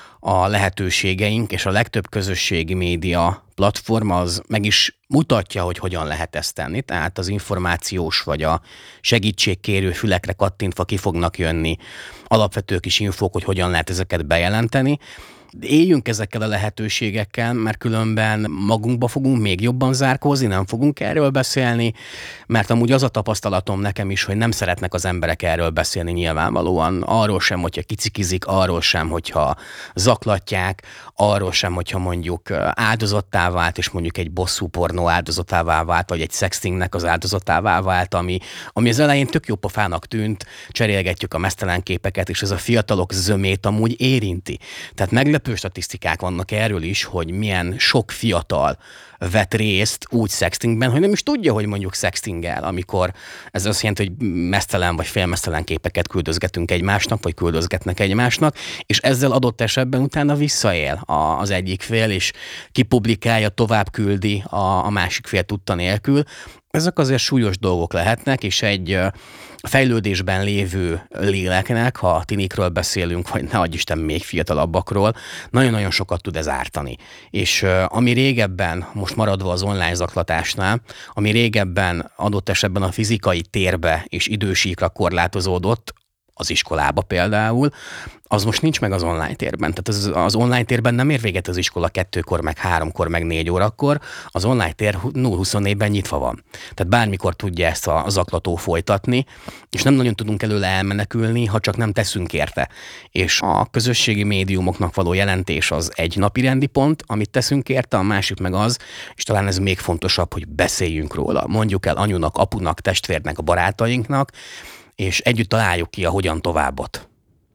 a lehetőségeink, és a legtöbb közösségi média platform az meg is mutatja, hogy hogyan lehet ezt tenni. Tehát az információs vagy a segítségkérő fülekre kattintva ki fognak jönni alapvető kis infók, hogy hogyan lehet ezeket bejelenteni. Éljünk ezekkel a lehetőségekkel, mert különben magunkba fogunk még jobban zárkózni, nem fogunk erről beszélni, mert amúgy az a tapasztalatom nekem is, hogy nem szeretnek az emberek erről beszélni nyilvánvalóan. Arról sem, hogyha kicikizik, arról sem, hogyha zaklatják, arról sem, hogyha mondjuk áldozattá vált, és mondjuk egy bosszú pornó áldozatává vált, vagy egy sextingnek az áldozatává vált, ami az elején tök jó pofának tűnt, cserélgetjük a meztelen képeket, és ez a fiatalok zömét amúgy érinti. Tehát meglepő statisztikák vannak erről is, hogy milyen sok fiatal vett részt úgy sextingben, hogy nem is tudja, hogy mondjuk sextingel, amikor ez azt jelenti, hogy meztelen vagy félmeztelen képeket küldözgetünk egymásnak, vagy küldözgetnek egymásnak, és ezzel adott esetben utána visszaél az egyik fél, és kipublikálja, tovább küldi a másik fél tudta nélkül. Ezek azért súlyos dolgok lehetnek, és egy fejlődésben lévő léleknek, ha a tinikről beszélünk, vagy ne adj Isten még fiatalabbakról, nagyon-nagyon sokat tud ez ártani. És ami régebben, most maradva az online zaklatásnál, ami régebben adott esetben a fizikai térbe és idősíkra korlátozódott, az iskolába például, az most nincs meg az online térben. Tehát az online térben nem ér véget az iskola 2-kor, meg 3-kor, meg 4 órakor, az online tér 0-24-ben nyitva van. Tehát bármikor tudja ezt a zaklató folytatni, és nem nagyon tudunk előle elmenekülni, ha csak nem teszünk érte. És a közösségi médiumoknak való jelentés az egy napirendi pont, amit teszünk érte, a másik meg az, és talán ez még fontosabb, hogy beszéljünk róla. Mondjuk el anyunak, apunak, testvérnek, a barátainknak, és együtt találjuk ki a hogyan továbbot.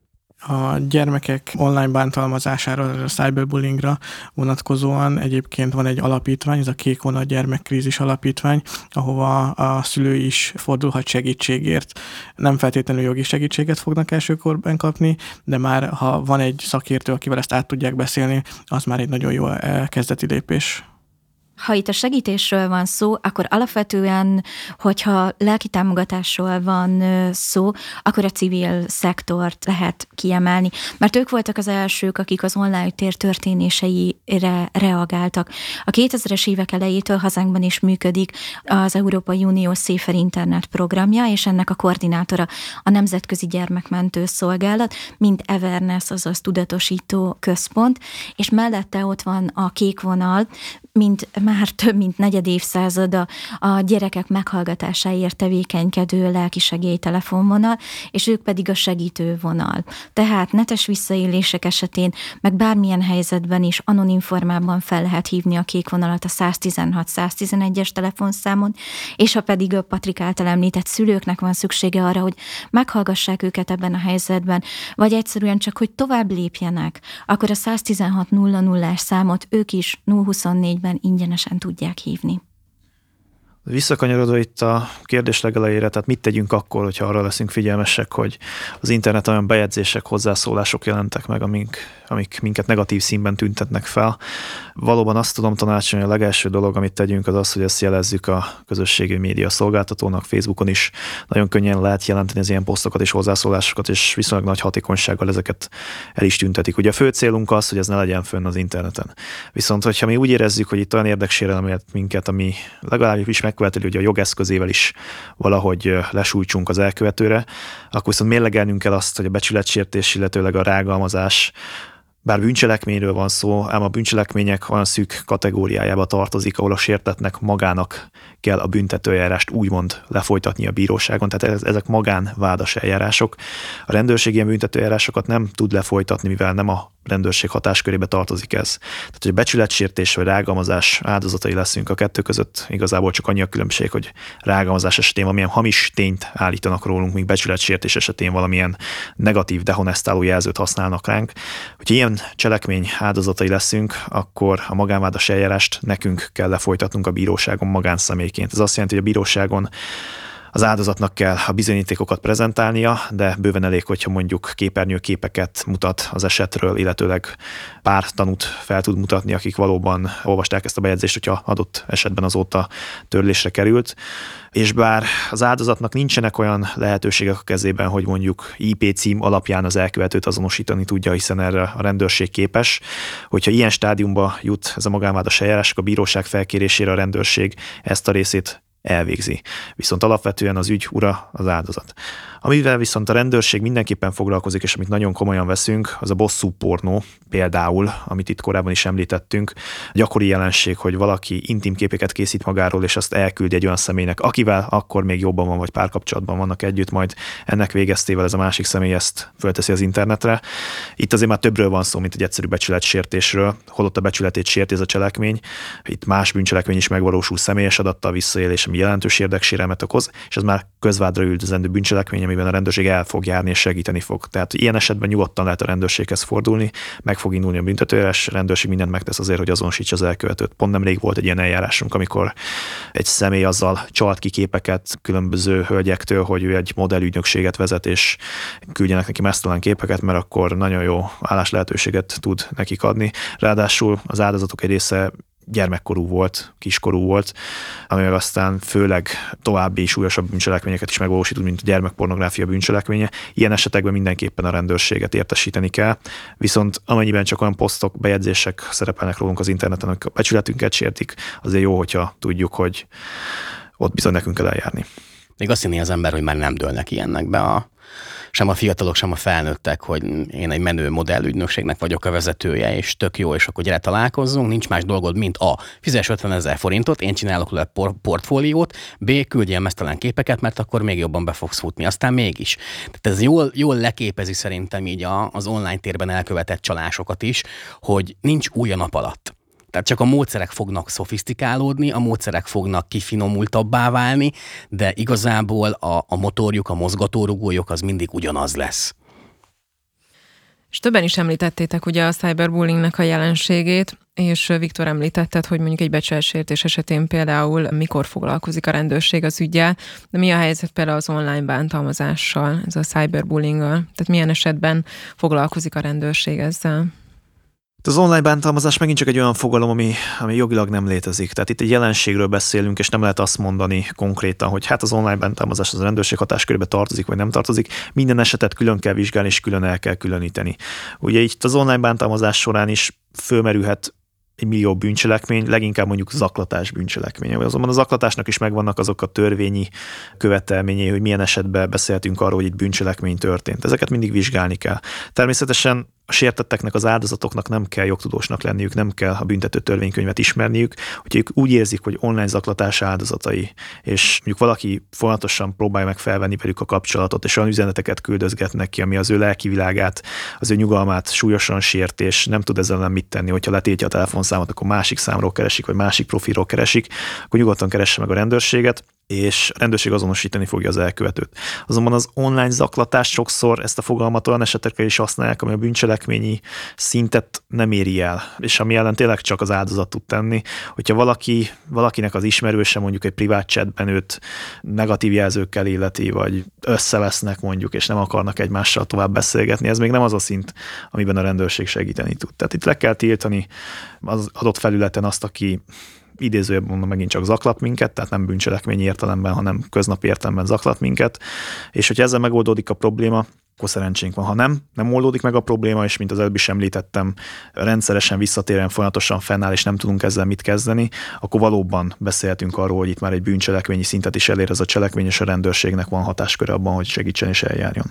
A gyermekek online bántalmazására, a cyberbullyingra vonatkozóan egyébként van egy alapítvány, ez a Kék Vonat Gyermekkrízis Alapítvány, ahova a szülő is fordulhat segítségért. Nem feltétlenül jogi segítséget fognak elsőkorban kapni, de már ha van egy szakértő, akivel ezt át tudják beszélni, az már egy nagyon jó kezdeti lépés. Ha itt a segítésről van szó, akkor alapvetően, hogyha lelki támogatásról van szó, akkor a civil szektort lehet kiemelni, mert ők voltak az elsők, akik az online tér történéseire reagáltak. A 2000-es évek elejétől hazánkban is működik az Európai Unió Safer Internet programja, és ennek a koordinátora a Nemzetközi Gyermekmentő Szolgálat, mint Everness, azaz tudatosító központ, és mellette ott van a Kék Vonal, mint már több mint negyed évszázada a gyerekek meghallgatásáért tevékenykedő lelkisegély telefonvonal, és ők pedig a segítő vonal. Tehát netes visszaélések esetén, meg bármilyen helyzetben is anonim formában fel lehet hívni a Kék Vonalat a 116-111-es telefonszámon, és ha pedig a Patrik által említett szülőknek van szüksége arra, hogy meghallgassák őket ebben a helyzetben, vagy egyszerűen csak, hogy tovább lépjenek, akkor a 116-00-ás számot ők is 024-ben ingyenesen tudják hívni. Visszakanyarodva itt a kérdés legelejére, tehát mit tegyünk akkor, hogyha arra leszünk figyelmesek, hogy az internet olyan bejegyzések, hozzászólások jelentek meg, amik minket negatív színben tüntetnek fel. Valóban azt tudom tanácsolni, hogy a legelső dolog, amit tegyünk, az az, hogy ezt jelezzük a közösségi média szolgáltatónak, Facebookon is. Nagyon könnyen lehet jelenteni az ilyen posztokat és hozzászólásokat, és viszonylag nagy hatékonysággal ezeket el is tüntetik. Ugye a fő célunk az, hogy ez ne legyen fönn az interneten. Viszont, hogyha mi úgy érezzük, hogy itt olyan érdeksérelem ért minket, ami legalábbis megköveteli, hogy a jogeszközével is valahogy lesújtsunk az elkövetőre, akkor viszont mérlegelnünk kell azt, hogy a becsületsértés, illetőleg a rágalmazás, bár bűncselekményről van szó, ám a bűncselekmények olyan szűk kategóriájába tartozik, ahol a sértettnek magának kell a büntetőeljárást úgymond lefolytatni a bíróságon, tehát ezek magánvádas eljárások. A rendőrség ilyen büntetőeljárásokat nem tud lefolytatni, mivel nem a rendőrség hatáskörébe tartozik ez. Tehát, hogy a becsületsértés vagy rágalmazás áldozatai leszünk, a kettő között igazából csak annyi a különbség, hogy rágalmazás esetén valamilyen hamis tényt állítanak rólunk, míg becsületsértés esetén valamilyen negatív, dehonestáló jelzőt használnak ránk. Hogyha ilyen cselekmény áldozatai leszünk, akkor a magánvádas eljárást nekünk kell lefolytatnunk a bíróságon magánszemélyként. Ez azt jelenti, hogy a bíróságon az áldozatnak kell a bizonyítékokat prezentálnia, de bőven elég, hogyha mondjuk képernyőképeket mutat az esetről, illetőleg pár tanút fel tud mutatni, akik valóban olvasták ezt a bejegyzést, hogyha adott esetben azóta törlésre került. És bár az áldozatnak nincsenek olyan lehetőségek a kezében, hogy mondjuk IP cím alapján az elkövetőt azonosítani tudja, hiszen erre a rendőrség képes, hogyha ilyen stádiumba jut ez a magánvádas eljárás, a bíróság felkérésére a rendőrség ezt a részét elvégzi. Viszont alapvetően az ügy ura az áldozat. Amivel viszont a rendőrség mindenképpen foglalkozik, és amit nagyon komolyan veszünk, az a bosszú pornó, például, amit itt korábban is említettünk. Gyakori jelenség, hogy valaki intim képeket készít magáról, és azt elküldi egy olyan személynek, akivel akkor még jobban van, vagy párkapcsolatban vannak együtt, majd ennek végeztével ez a másik személy ezt fölteszi az internetre. Itt azért már többről van szó, mint egy egyszerű becsületsértésről, holott a becsületét sérti ez a cselekmény. Itt más bűncselekmény is megvalósul személyes adattal visszaélés, ami jelentős érdeksérelmet okoz, és ez már közvádra üldözendő bűncselekmény, amiben a rendőrség el fog járni és segíteni fog. Tehát ilyen esetben nyugodtan lehet a rendőrséghez fordulni, meg fog indulni a büntetőeljárás, a rendőrség mindent megtesz azért, hogy azonosítsa az elkövetőt. Pont nemrég volt egy ilyen eljárásunk, amikor egy személy azzal csalt ki képeket különböző hölgyektől, hogy ő egy modellügynökséget vezet, és küldjenek neki meztelen képeket, mert akkor nagyon jó álláslehetőséget tud nekik adni. Ráadásul az áldozatok egy része gyermekkorú volt, kiskorú volt, ami meg aztán főleg további súlyosabb bűncselekményeket is megvalósít, mint a gyermekpornográfia bűncselekménye. Ilyen esetekben mindenképpen a rendőrséget értesíteni kell, viszont amennyiben csak olyan posztok, bejegyzések szerepelnek rólunk az interneten, amik a becsületünket sértik, azért jó, hogyha tudjuk, hogy ott bizony nekünk kell eljárni. Még azt hinné az ember, hogy már nem dőlnek ilyennek be sem a fiatalok, sem a felnőttek, hogy én egy menő modellügynökségnek vagyok a vezetője, és tök jó, és akkor gyere találkozzunk, nincs más dolgod, mint A. Fizes 50 000 forintot, én csinálok le portfóliót, B. Küldjél meztelen képeket, mert akkor még jobban be fogsz futni. Aztán mégis. Tehát ez jól leképezi szerintem így az online térben elkövetett csalásokat is, hogy nincs új a nap alatt. Tehát csak a módszerek fognak szofisztikálódni, a módszerek fognak kifinomultabbá válni, de igazából a motorjuk, a mozgatórugójuk az mindig ugyanaz lesz. És többen is említettétek ugye a cyberbullyingnek a jelenségét, és Viktor említetted, hogy mondjuk egy becsületsértés esetén például mikor foglalkozik a rendőrség az üggyel, de mi a helyzet például az online bántalmazással, ez a cyberbullyinggal? Tehát milyen esetben foglalkozik a rendőrség ezzel? Az online bántalmazás megint csak egy olyan fogalom, ami jogilag nem létezik. Tehát itt egy jelenségről beszélünk, és nem lehet azt mondani konkrétan, hogy hát az online bántalmazás az a rendőrség hatáskörébe tartozik, vagy nem tartozik. Minden esetet külön kell vizsgálni, és külön el kell különíteni. Ugye itt az online bántalmazás során is fölmerülhet egy millió bűncselekmény, leginkább mondjuk zaklatás bűncselekménye. Azonban a zaklatásnak is megvannak azok a törvényi követelményei, hogy milyen esetben beszéltünk arról, hogy itt bűncselekmény történt. Ezeket mindig vizsgálni kell. Természetesen a sértetteknek, az áldozatoknak nem kell jogtudósnak lenniük, nem kell a büntető törvénykönyvet ismerniük, hogyha ők úgy érzik, hogy online zaklatás áldozatai, és mondjuk valaki folyamatosan próbálja meg felvenni velük a kapcsolatot, és olyan üzeneteket küldözgetnek ki, ami az ő lelki világát, az ő nyugalmát súlyosan sért, és nem tud ezzel nem mit tenni, hogyha letiltja a telefonszámot, akkor másik számról keresik, vagy másik profilról keresik, akkor nyugodtan keresse meg a rendőrséget, és a rendőrség azonosítani fogja az elkövetőt. Azonban az online zaklatás sokszor ezt a fogalmat olyan esetekre is használják, ami a bűncselekményi szintet nem éri el, és ami ellen tényleg csak az áldozat tud tenni. Hogyha valakinek az ismerőse mondjuk egy privát chatben őt negatív jelzőkkel illeti, vagy összevesznek mondjuk, és nem akarnak egymással tovább beszélgetni, ez még nem az a szint, amiben a rendőrség segíteni tud. Tehát itt le kell tiltani az adott felületen azt, aki idézőjebb mondom, megint csak zaklat minket, tehát nem bűncselekményi értelemben, hanem köznapi értelemben zaklat minket, és hogyha ezzel megoldódik a probléma, akkor szerencsénk van. Ha nem oldódik meg a probléma, és mint az előbb is említettem, rendszeresen visszatérően folyamatosan fennáll, és nem tudunk ezzel mit kezdeni, akkor valóban beszélhetünk arról, hogy itt már egy bűncselekményi szintet is elér ez a cselekmény, és a rendőrségnek van hatásköre abban, hogy segítsen és eljárjon.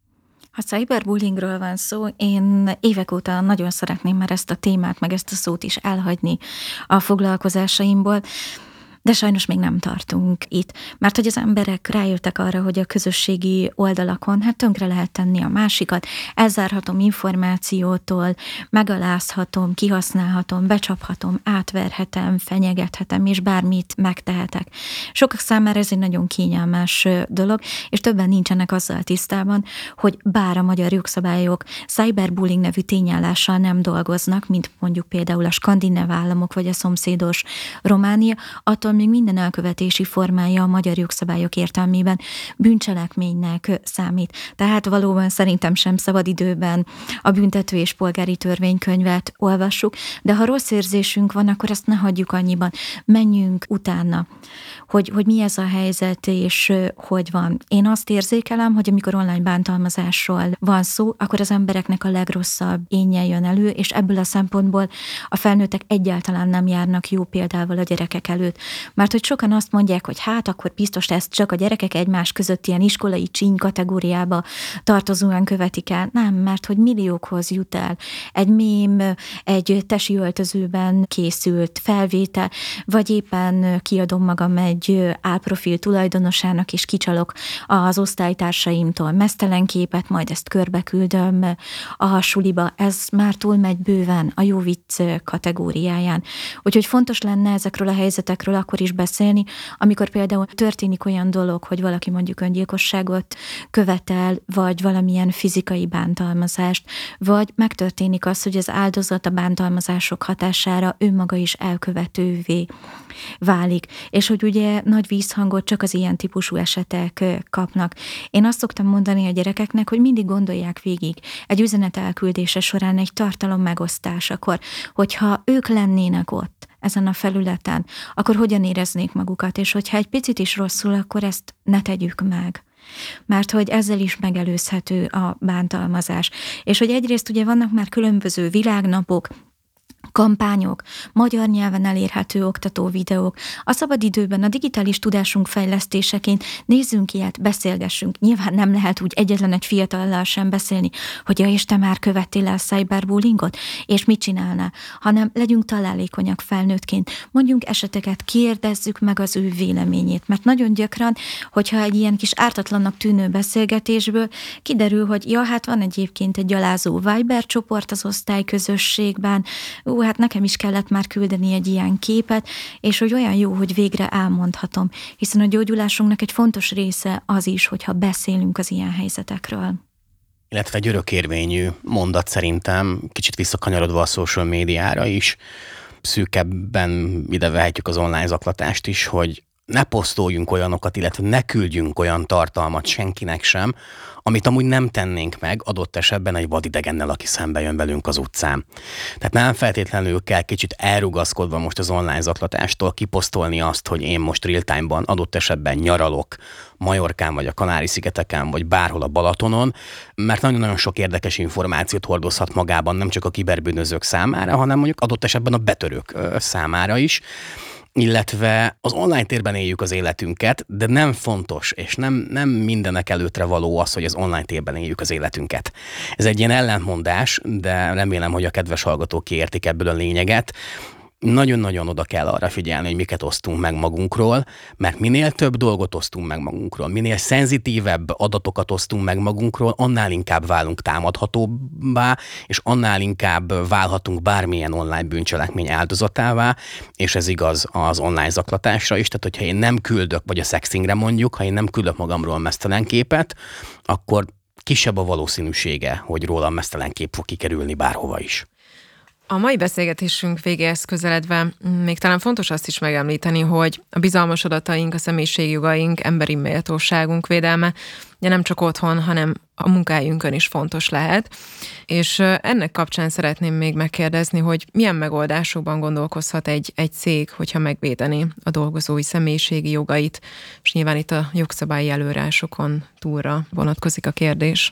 Ha cyberbullyingről van szó, én évek óta nagyon szeretném már ezt a témát, meg ezt a szót is elhagyni a foglalkozásaimból, de sajnos még nem tartunk itt. Mert hogy az emberek rájöttek arra, hogy a közösségi oldalakon tönkre lehet tenni a másikat, elzárhatom információtól, megalázhatom, kihasználhatom, becsaphatom, átverhetem, fenyegethetem, és bármit megtehetek. Sokak számára ez egy nagyon kényelmes dolog, és többen nincsenek azzal tisztában, hogy bár a magyar jogszabályok cyberbullying nevű tényállással nem dolgoznak, mint mondjuk például a skandináv államok vagy a szomszédos Románia, attól még minden elkövetési formája a magyar jogszabályok értelmében bűncselekménynek számít. Tehát valóban szerintem sem szabad időben a büntető és polgári törvénykönyvet olvassuk, de ha rossz érzésünk van, akkor ezt ne hagyjuk annyiban. Menjünk utána, hogy mi ez a helyzet, és hogy van. Én azt érzékelem, hogy amikor online bántalmazásról van szó, akkor az embereknek a legrosszabb énje jön elő, és ebből a szempontból a felnőttek egyáltalán nem járnak jó példával a gyerekek előtt. Mert hogy sokan azt mondják, hogy hát akkor biztos ezt csak a gyerekek egymás között ilyen iskolai csíny kategóriába tartozóan követik el. Nem, mert hogy milliókhoz jut el. Egy mém, egy tesi öltözőben készült felvétel, vagy éppen kiadom magam egy álprofil tulajdonosának, és kicsalok az osztálytársaimtól meztelen képet, majd ezt körbeküldöm a suliba. Ez már túlmegy bőven a jó vicc kategóriáján. Úgyhogy fontos lenne ezekről a helyzetekről akkor is beszélni, amikor például történik olyan dolog, hogy valaki mondjuk öngyilkosságot követel, vagy valamilyen fizikai bántalmazást, vagy megtörténik az, hogy az áldozat a bántalmazások hatására önmaga is elkövetővé válik. És hogy ugye nagy vízhangot csak az ilyen típusú esetek kapnak. Én azt szoktam mondani a gyerekeknek, hogy mindig gondolják végig egy üzenet elküldése során, egy tartalom megosztásakor, hogyha ők lennének ott ezen a felületen, akkor hogyan éreznék magukat, és hogyha egy picit is rosszul, akkor ezt ne tegyük meg. Mert hogy ezzel is megelőzhető a bántalmazás. És hogy egyrészt ugye vannak már különböző világnapok, kampányok, magyar nyelven elérhető oktató videók. A szabadidőben a digitális tudásunk fejlesztéseként nézzünk ilyet, beszélgessünk. Nyilván nem lehet úgy egyetlen egy fiatallal sem beszélni, hogy ja, és te már követtél el cyberbullyingot, és mit csinálnál, hanem legyünk találékonyak felnőttként. Mondjunk eseteket, kérdezzük meg az ő véleményét, mert nagyon gyakran, hogyha egy ilyen kis ártatlannak tűnő beszélgetésből kiderül, hogy ja, hát van egyébként egy gyalázó Viber csoport az osztályközösségben, hát nekem is kellett már küldeni egy ilyen képet, és hogy olyan jó, hogy végre elmondhatom, hiszen a gyógyulásunknak egy fontos része az is, hogyha beszélünk az ilyen helyzetekről. Illetve egy örökérvényű mondat szerintem, kicsit visszakanyarodva a social médiára is, szűkebben ide vehetjük az online zaklatást is, hogy ne posztoljunk olyanokat, illetve ne küldjünk olyan tartalmat senkinek sem, amit amúgy nem tennénk meg adott esetben egy vadidegennel, aki szembe jön velünk az utcán. Tehát nem feltétlenül kell kicsit elrugaszkodva most az online zaklatástól kiposztolni azt, hogy én most real-time-ban adott esetben nyaralok Majorkán, vagy a Kanári-szigeteken, vagy bárhol a Balatonon, mert nagyon-nagyon sok érdekes információt hordozhat magában nem csak a kiberbűnözők számára, hanem mondjuk adott esetben a betörők számára is, illetve az online térben éljük az életünket, de nem fontos, és nem mindenek előttre való az, hogy az online térben éljük az életünket. Ez egy ilyen ellentmondás, de remélem, hogy a kedves hallgatók kiértik ebből a lényeget. Nagyon-nagyon oda kell arra figyelni, hogy miket osztunk meg magunkról, mert minél több dolgot osztunk meg magunkról, minél szenzitívebb adatokat osztunk meg magunkról, annál inkább válunk támadhatóbbá, és annál inkább válhatunk bármilyen online bűncselekmény áldozatává, és ez igaz az online zaklatásra is, tehát hogyha én nem küldök, vagy a sextingre mondjuk, ha én nem küldök magamról meztelen képet, akkor kisebb a valószínűsége, hogy rólam meztelen kép fog kikerülni bárhova is. A mai beszélgetésünk végéhez közeledve még talán fontos azt is megemlíteni, hogy a bizalmas adataink, a személyiségjogaink, emberi méltóságunk védelme ugye nem csak otthon, hanem a munkájunkon is fontos lehet. És ennek kapcsán szeretném még megkérdezni, hogy milyen megoldásokban gondolkozhat egy cég, hogyha megvédeni a dolgozói személyiségi jogait, és nyilván itt a jogszabályi előírásokon túlra vonatkozik a kérdés.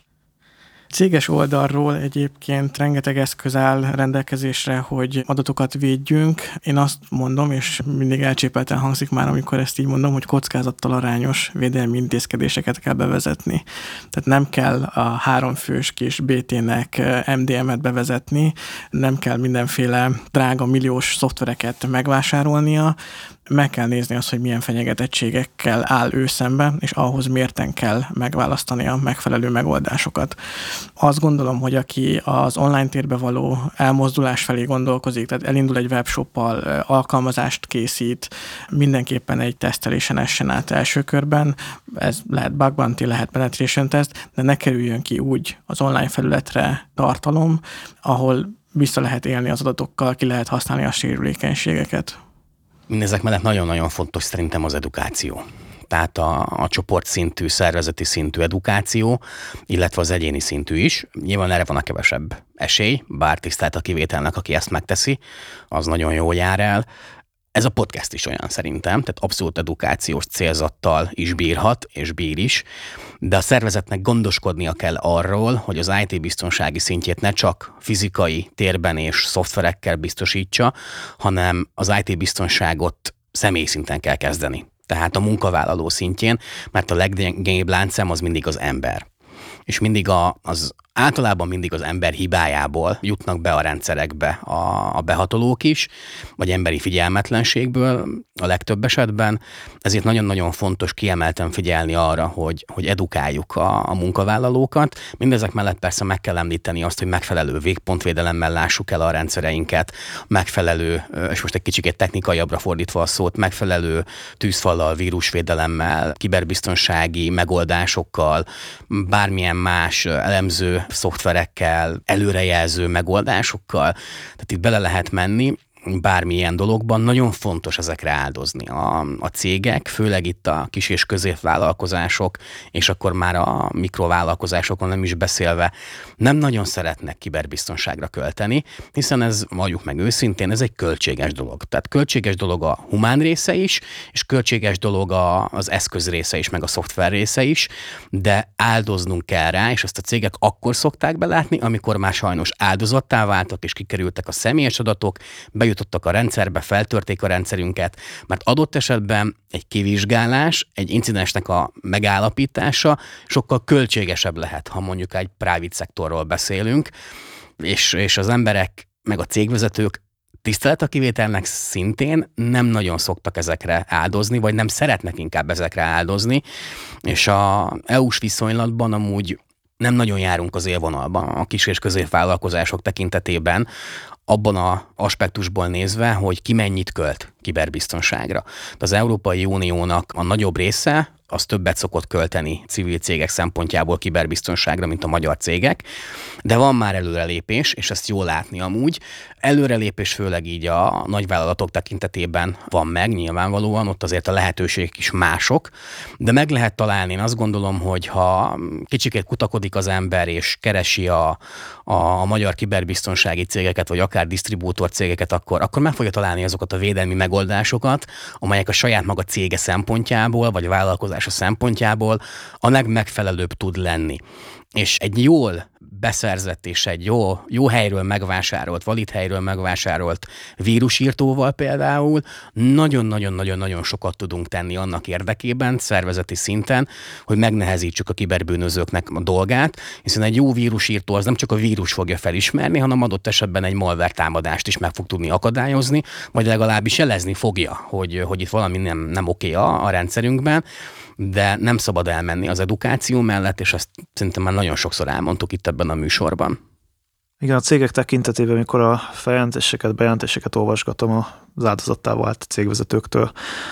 Céges oldalról egyébként rengeteg eszköz áll rendelkezésre, hogy adatokat védjünk. Én azt mondom, és mindig elcsépelten hangzik már, amikor ezt így mondom, hogy kockázattal arányos védelmi intézkedéseket kell bevezetni. Tehát nem kell a 3 fős kis BT-nek MDM-et bevezetni, nem kell mindenféle drága milliós szoftvereket megvásárolnia, meg kell nézni azt, hogy milyen fenyegetettségekkel áll ő szembe, és ahhoz mérten kell megválasztani a megfelelő megoldásokat. Azt gondolom, hogy aki az online térbe való elmozdulás felé gondolkozik, tehát elindul egy webshoppal, alkalmazást készít, mindenképpen egy tesztelésen essen át első körben, ez lehet bug bounty, lehet penetration test, de ne kerüljön ki úgy az online felületre tartalom, ahol vissza lehet élni az adatokkal, ki lehet használni a sérülékenységeket. Mindezek mellett nagyon-nagyon fontos szerintem az edukáció. Tehát a csoportszintű, szervezeti szintű edukáció, illetve az egyéni szintű is. Nyilván erre van a kevesebb esély, bár tisztelt a kivételnek, aki ezt megteszi, az nagyon jól jár el. Ez a podcast is olyan szerintem, tehát abszolút edukációs célzattal is bírhat, és bír is, de a szervezetnek gondoskodnia kell arról, hogy az IT-biztonsági szintjét ne csak fizikai térben és szoftverekkel biztosítsa, hanem az IT-biztonságot személyi szinten kell kezdeni. Tehát a munkavállaló szintjén, mert a leggyengébb láncszem az mindig az ember. És általában mindig az ember hibájából jutnak be a rendszerekbe a behatolók is, vagy emberi figyelmetlenségből a legtöbb esetben. Ezért nagyon-nagyon fontos kiemelten figyelni arra, hogy edukáljuk a munkavállalókat. Mindezek mellett persze meg kell említeni azt, hogy megfelelő végpontvédelemmel lássuk el a rendszereinket, megfelelő, és most egy kicsit technikaiabbra fordítva a szót, megfelelő tűzfallal, vírusvédelemmel, kiberbiztonsági megoldásokkal, bármilyen más elemző szoftverekkel, előrejelző megoldásokkal. Tehát itt bele lehet menni bármilyen dologban, nagyon fontos ezekre áldozni. A cégek, főleg itt a kis és középvállalkozások, és akkor már a mikrovállalkozásokon nem is beszélve, nem nagyon szeretnek kiberbiztonságra költeni, hiszen ez, valljuk meg őszintén, ez egy költséges dolog. Tehát költséges dolog a humán része is, és költséges dolog az eszköz része is, meg a szoftver része is, de áldoznunk kell rá, és ezt a cégek akkor szokták belátni, amikor már sajnos áldozattá váltak, és kikerültek a személyes adatok, bejutottak a rendszerbe, feltörték a rendszerünket, mert adott esetben egy kivizsgálás, egy incidensnek a megállapítása sokkal költségesebb lehet, ha mondjuk egy private szektorról beszélünk, és az emberek, meg a cégvezetők tisztelet a kivételnek szintén nem nagyon szoktak ezekre áldozni, vagy nem szeretnek inkább ezekre áldozni, és a EU-s viszonylatban amúgy nem nagyon járunk az élvonalban a kis és középvállalkozások tekintetében, abban az aspektusból nézve, hogy ki mennyit költ kiberbiztonságra. De az Európai Uniónak a nagyobb része az többet szokott költeni civil cégek szempontjából kiberbiztonságra, mint a magyar cégek, de van már előrelépés, és ezt jól látni amúgy. Előrelépés főleg így a nagyvállalatok tekintetében van meg, nyilvánvalóan, ott azért a lehetőségek is mások, de meg lehet találni. Én azt gondolom, hogy ha kicsikét kutakodik az ember, és keresi a magyar kiberbiztonsági cégeket, vagy akár disztribútor cégeket, akkor meg fogja találni azokat a védelmi megoldásokat, amelyek a saját maga cége szempontjából, vagy a vállalkozása szempontjából a legmegfelelőbb tud lenni. És egy jól beszerzett és egy jó helyről megvásárolt, valid helyről megvásárolt vírusírtóval például nagyon-nagyon-nagyon sokat tudunk tenni annak érdekében, szervezeti szinten, hogy megnehezítsük a kiberbűnözőknek a dolgát, hiszen egy jó vírusírtó az nem csak a vírus fogja felismerni, hanem adott esetben egy malware támadást is meg fog tudni akadályozni, vagy legalábbis jelezni fogja, hogy itt valami nem oké a rendszerünkben, de nem szabad elmenni az edukáció mellett, és ezt szerintem már nagyon sokszor elmondtuk itt ebben a műsorban. Igen, a cégek tekintetében, amikor a bejelentéseket olvasgatom az áldozattá vált cégvezetőktől,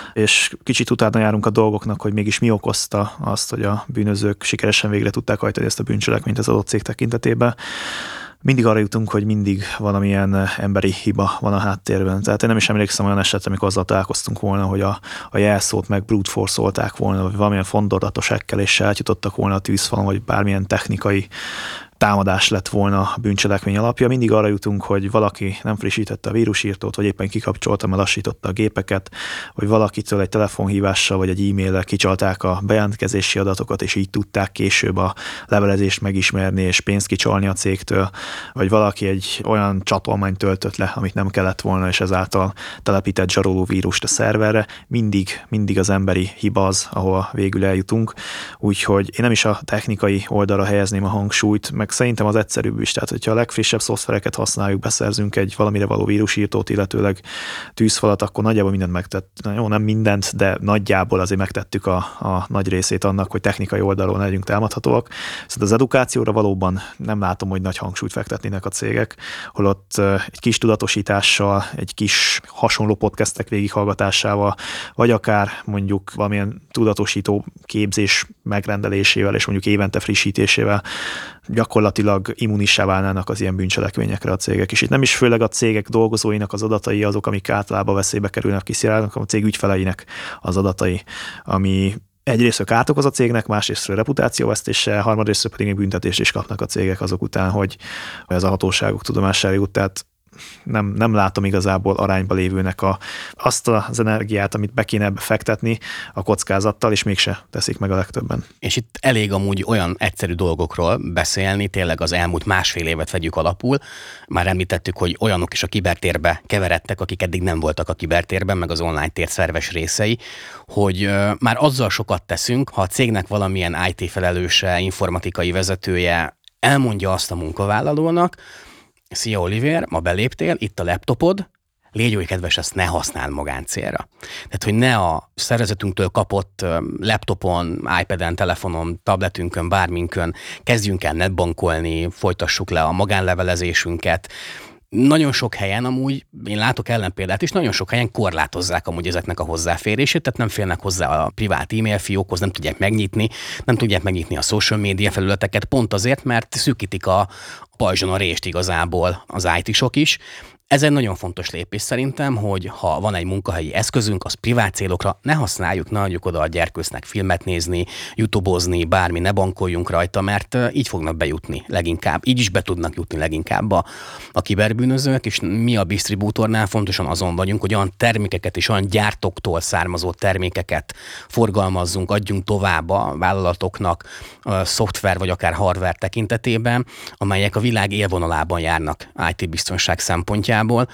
és kicsit utána járunk a dolgoknak, hogy mégis mi okozta azt, hogy a bűnözők sikeresen végre tudták hajtani ezt a bűncselekményt az adott cég tekintetében. Mindig arra jutunk, hogy mindig valamilyen emberi hiba van a háttérben. Tehát én nem is emlékszem olyan esetre, amikor azzal találkoztunk volna, hogy a jelszót meg brute force-olták volna, vagy valamilyen fondorlatos hekkeléssel átjutottak volna a tűzfalon, vagy bármilyen technikai támadás lett volna a bűncselekmény alapja. Mindig arra jutunk, hogy valaki nem frissítette a vírusírtót, vagy éppen kikapcsolta, mert lassította a gépeket, vagy valakitől egy telefonhívással, vagy egy e-maillel kicsalták a bejelentkezési adatokat, és így tudták később a levelezést megismerni, és pénzt kicsalni a cégtől, vagy valaki egy olyan csatolmányt töltött le, amit nem kellett volna, és ezáltal telepített zsaroló vírust a szerverre. Mindig az emberi hiba az, ahova végül eljutunk. Úgyhogy én nem is a technikai oldalra helyezném a hangsúlyt, meg szerintem az egyszerűbb is. Tehát, hogyha a legfrissebb szoftvereket használjuk, beszerzünk egy valamire való vírusírtót, illetőleg tűzfalat, akkor nagyjából mindent megtett. Jó, nem mindent, de nagyjából azért megtettük a nagy részét annak, hogy technikai oldalról ne legyünk támadhatóak. Szóval az edukációra valóban nem látom, hogy nagy hangsúlyt fektetnének a cégek, holott egy kis tudatosítással, egy kis hasonló podcastek végighallgatásával, vagy akár mondjuk valamilyen tudatosító képzés megrendelésével, és mondjuk évente frissítésével gyakorlatilag immunissá válnának az ilyen bűncselekményekre a cégek. És itt nem is főleg a cégek dolgozóinak az adatai azok, amik általában veszélybe kerülnek, kiszivárognak, hanem a cég ügyfeleinek az adatai, ami egyrészt kárt okoz a cégnek, másrészt reputációvesztéssel, harmadrészt pedig még büntetést is kapnak a cégek azok után, hogy ez a hatóságok tudomására jut. Tehát nem látom igazából arányba lévőnek azt az energiát, amit be kéne ebbe fektetni a kockázattal, és mégse teszik meg a legtöbben. És itt elég amúgy olyan egyszerű dolgokról beszélni, tényleg az elmúlt másfél évet vegyük alapul. Már említettük, hogy olyanok is a kibertérbe keveredtek, akik eddig nem voltak a kibertérben, meg az online tér szerves részei, hogy már azzal sokat teszünk, ha a cégnek valamilyen IT felelőse, informatikai vezetője elmondja azt a munkavállalónak: szia Oliver, ma beléptél, itt a laptopod, légy oly kedves, ezt ne használd magáncélra. Tehát, hogy ne a szervezetünktől kapott laptopon, iPaden, telefonon, tabletünkön, bárminkön kezdjünk el netbankolni, folytassuk le a magánlevelezésünket. Nagyon sok helyen amúgy, én látok ellenpéldát is, nagyon sok helyen korlátozzák amúgy ezeknek a hozzáférését, tehát nem félnek hozzá a privát e-mail fiókhoz, nem tudják megnyitni a social media felületeket, pont azért, mert szűkítik a pajzson a rést igazából az IT-sok is. Ez egy nagyon fontos lépés szerintem, hogy ha van egy munkahelyi eszközünk, az privát célokra ne használjuk, ne adjuk oda a gyerkősznek filmet nézni, YouTube-ozni, bármi, ne bankoljunk rajta, mert így fognak bejutni leginkább, így is be tudnak jutni leginkább a kiberbűnözők, és mi a disztribútornál fontosan azon vagyunk, hogy olyan termékeket és olyan gyártóktól származó termékeket forgalmazzunk, adjunk tovább a vállalatoknak szoftver vagy akár hardware tekintetében, amelyek a világ élvonalában járnak IT-biztonság szempontjából.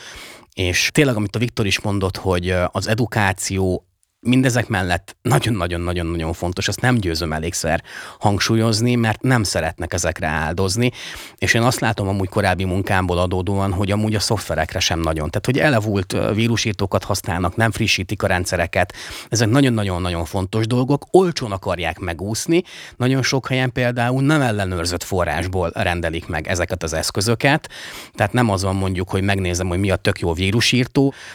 És tényleg, amit a Viktor is mondott, hogy az edukáció mindezek mellett nagyon-nagyon-nagyon fontos, ezt nem győzöm elégszer hangsúlyozni, mert nem szeretnek ezekre áldozni, és én azt látom amúgy korábbi munkámból adódóan, hogy amúgy a szoftverekre sem nagyon. Tehát, hogy elavult vírusírtókat használnak, nem frissítik a rendszereket, ezek nagyon-nagyon-nagyon fontos dolgok, olcsón akarják megúszni, nagyon sok helyen például nem ellenőrzött forrásból rendelik meg ezeket az eszközöket, tehát nem az van mondjuk, hogy megnézem, hogy mi a tök jó vírusírtó,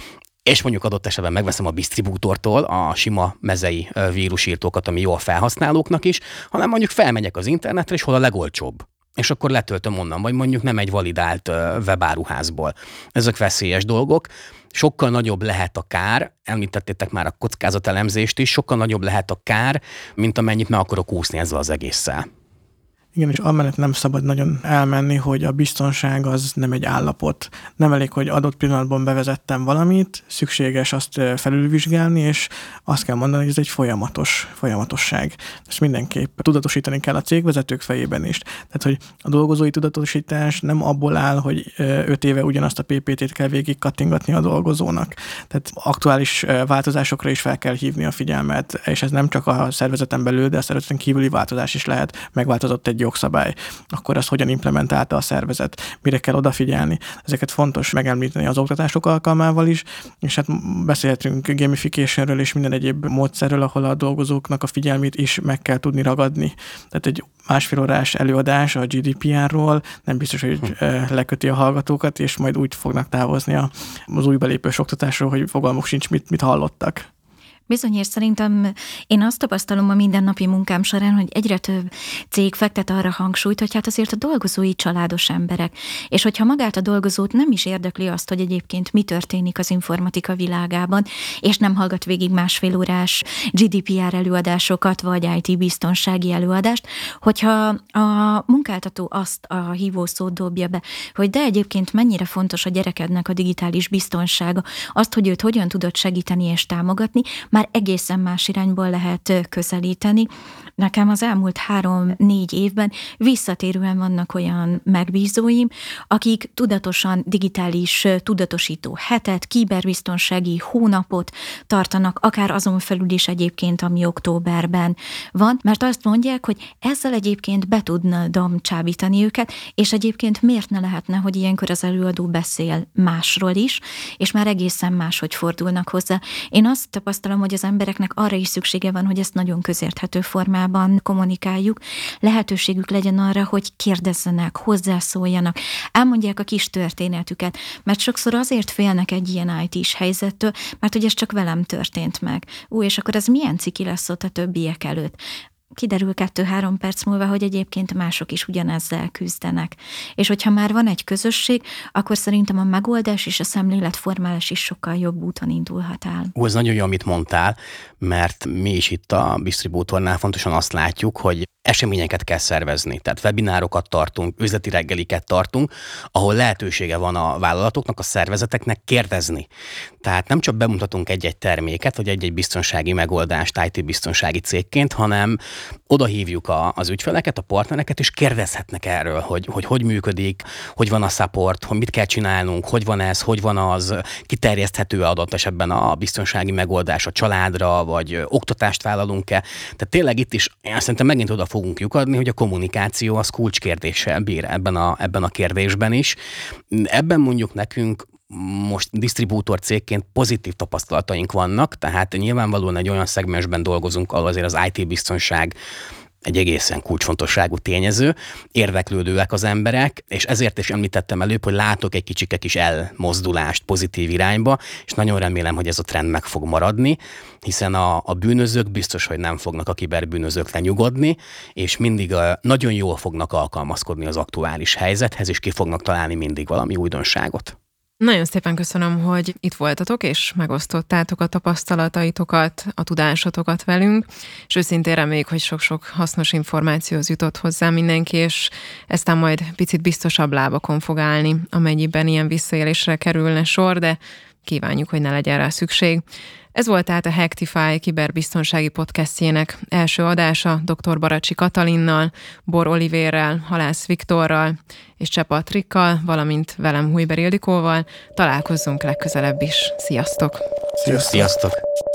és mondjuk adott esetben megveszem a disztribútortól a sima mezei vírusírtókat, ami jó a felhasználóknak is, hanem mondjuk felmegyek az internetre, és hol a legolcsóbb. És akkor letöltöm onnan, vagy mondjuk nem egy validált webáruházból. Ezek veszélyes dolgok. Sokkal nagyobb lehet a kár, említettétek már a kockázatelemzést is, sokkal nagyobb lehet a kár, mint amennyit meg akarok úszni ezzel az egésszel. Igen, és amellett nem szabad nagyon elmenni, hogy a biztonság az nem egy állapot. Nem elég, hogy adott pillanatban bevezettem valamit, szükséges azt felülvizsgálni, és azt kell mondani, hogy ez egy folyamatosság. Ezt mindenképp tudatosítani kell a cégvezetők fejében is. Tehát, hogy a dolgozói tudatosítás nem abból áll, hogy 5 éve ugyanazt a PPT-t kell végig kattingatni a dolgozónak. Tehát aktuális változásokra is fel kell hívni a figyelmet, és ez nem csak a szervezeten belül, de a szervezeten kívüli változás is lehet. Megváltozott egy jogszabály, akkor azt hogyan implementálta a szervezet, mire kell odafigyelni. Ezeket fontos megemlíteni az oktatások alkalmával is, és hát beszélhetünk gamificationről és minden egyéb módszerről, ahol a dolgozóknak a figyelmét is meg kell tudni ragadni. Tehát egy 1,5 órás előadás a GDPR-ról nem biztos, hogy leköti a hallgatókat, és majd úgy fognak távozni az új belépős oktatásról, hogy fogalmuk sincs, mit hallottak. Bizony, és szerintem én azt tapasztalom a mindennapi munkám során, hogy egyre több cég fektet arra hangsúlyt, hogy hát azért a dolgozói családos emberek, és hogyha magát a dolgozót nem is érdekli azt, hogy egyébként mi történik az informatika világában, és nem hallgat végig 1,5 órás GDPR előadásokat, vagy IT biztonsági előadást, hogyha a munkáltató azt a hívószót dobja be, hogy de egyébként mennyire fontos a gyerekednek a digitális biztonsága, azt, hogy őt hogyan tudod segíteni és támogatni, már egészen más irányból lehet közelíteni. Nekem az elmúlt 3-4 évben visszatérően vannak olyan megbízóim, akik tudatosan digitális tudatosító hetet, kiberbiztonsági hónapot tartanak, akár azon felül is egyébként, ami októberben van, mert azt mondják, hogy ezzel egyébként be tudnám csábítani őket, és egyébként miért ne lehetne, hogy ilyenkor az előadó beszél másról is, és már egészen máshogy fordulnak hozzá. Én azt tapasztalom, hogy az embereknek arra is szüksége van, hogy ezt nagyon közérthető formában kommunikáljuk. Lehetőségük legyen arra, hogy kérdezzenek, hozzászóljanak, elmondják a kis történetüket, mert sokszor azért félnek egy ilyen IT-s helyzettől, mert hogy ez csak velem történt meg. És akkor az milyen ciki lesz ott a többiek előtt? Kiderül 2-3 perc múlva, hogy egyébként mások is ugyanezzel küzdenek. És hogyha már van egy közösség, akkor szerintem a megoldás és a szemléletformálás is sokkal jobb úton indulhat el. Ez nagyon jó, amit mondtál, mert mi is itt a disztribútornál fontosan azt látjuk, hogy eseményeket kell szervezni, tehát webinárokat tartunk, üzleti reggeliket tartunk, ahol lehetősége van a vállalatoknak, a szervezeteknek kérdezni. Tehát nem csak bemutatunk egy-egy terméket, vagy egy-egy biztonsági megoldást IT biztonsági cégként, hanem odahívjuk az ügyfeleket, a partnereket, és kérdezhetnek erről, hogy működik, hogy van a support, hogy mit kell csinálnunk, hogy van ez, hogy van az, kiterjeszthető adott esetben a biztonsági megoldás a családra, vagy oktatást vállalunk-e. Tehát tényleg itt is én szerintem megint oda fogunk lyukadni, hogy a kommunikáció az kulcskérdéssel bír ebben a kérdésben is. Ebben mondjuk nekünk most disztribútor cégként pozitív tapasztalataink vannak, tehát nyilvánvalóan egy olyan szegmensben dolgozunk, ahol azért az IT-biztonság egy egészen kulcsfontosságú tényező, érdeklődőek az emberek, és ezért is említettem előbb, hogy látok egy kicsike kis elmozdulást pozitív irányba, és nagyon remélem, hogy ez a trend meg fog maradni, hiszen a bűnözők biztos, hogy nem fognak a kiberbűnözőkre nyugodni, és mindig nagyon jól fognak alkalmazkodni az aktuális helyzethez, és ki fognak találni mindig valami újdonságot. Nagyon szépen köszönöm, hogy itt voltatok, és megosztottátok a tapasztalataitokat, a tudásotokat velünk, és őszintén reméljük, hogy sok-sok hasznos információhoz jutott hozzá mindenki, és eztán majd picit biztosabb lábakon fog állni, amennyiben ilyen visszaélésre kerülne sor, de kívánjuk, hogy ne legyen rá szükség. Ez volt tehát a Hactify kiberbiztonsági podcastjének első adása dr. Baracsi Katalinnal, Bor Olivérrel, Halász Viktorral és Cseh Patrikkal, valamint velem Hujber Ildikóval. Találkozzunk legközelebb is. Sziasztok! Sziasztok!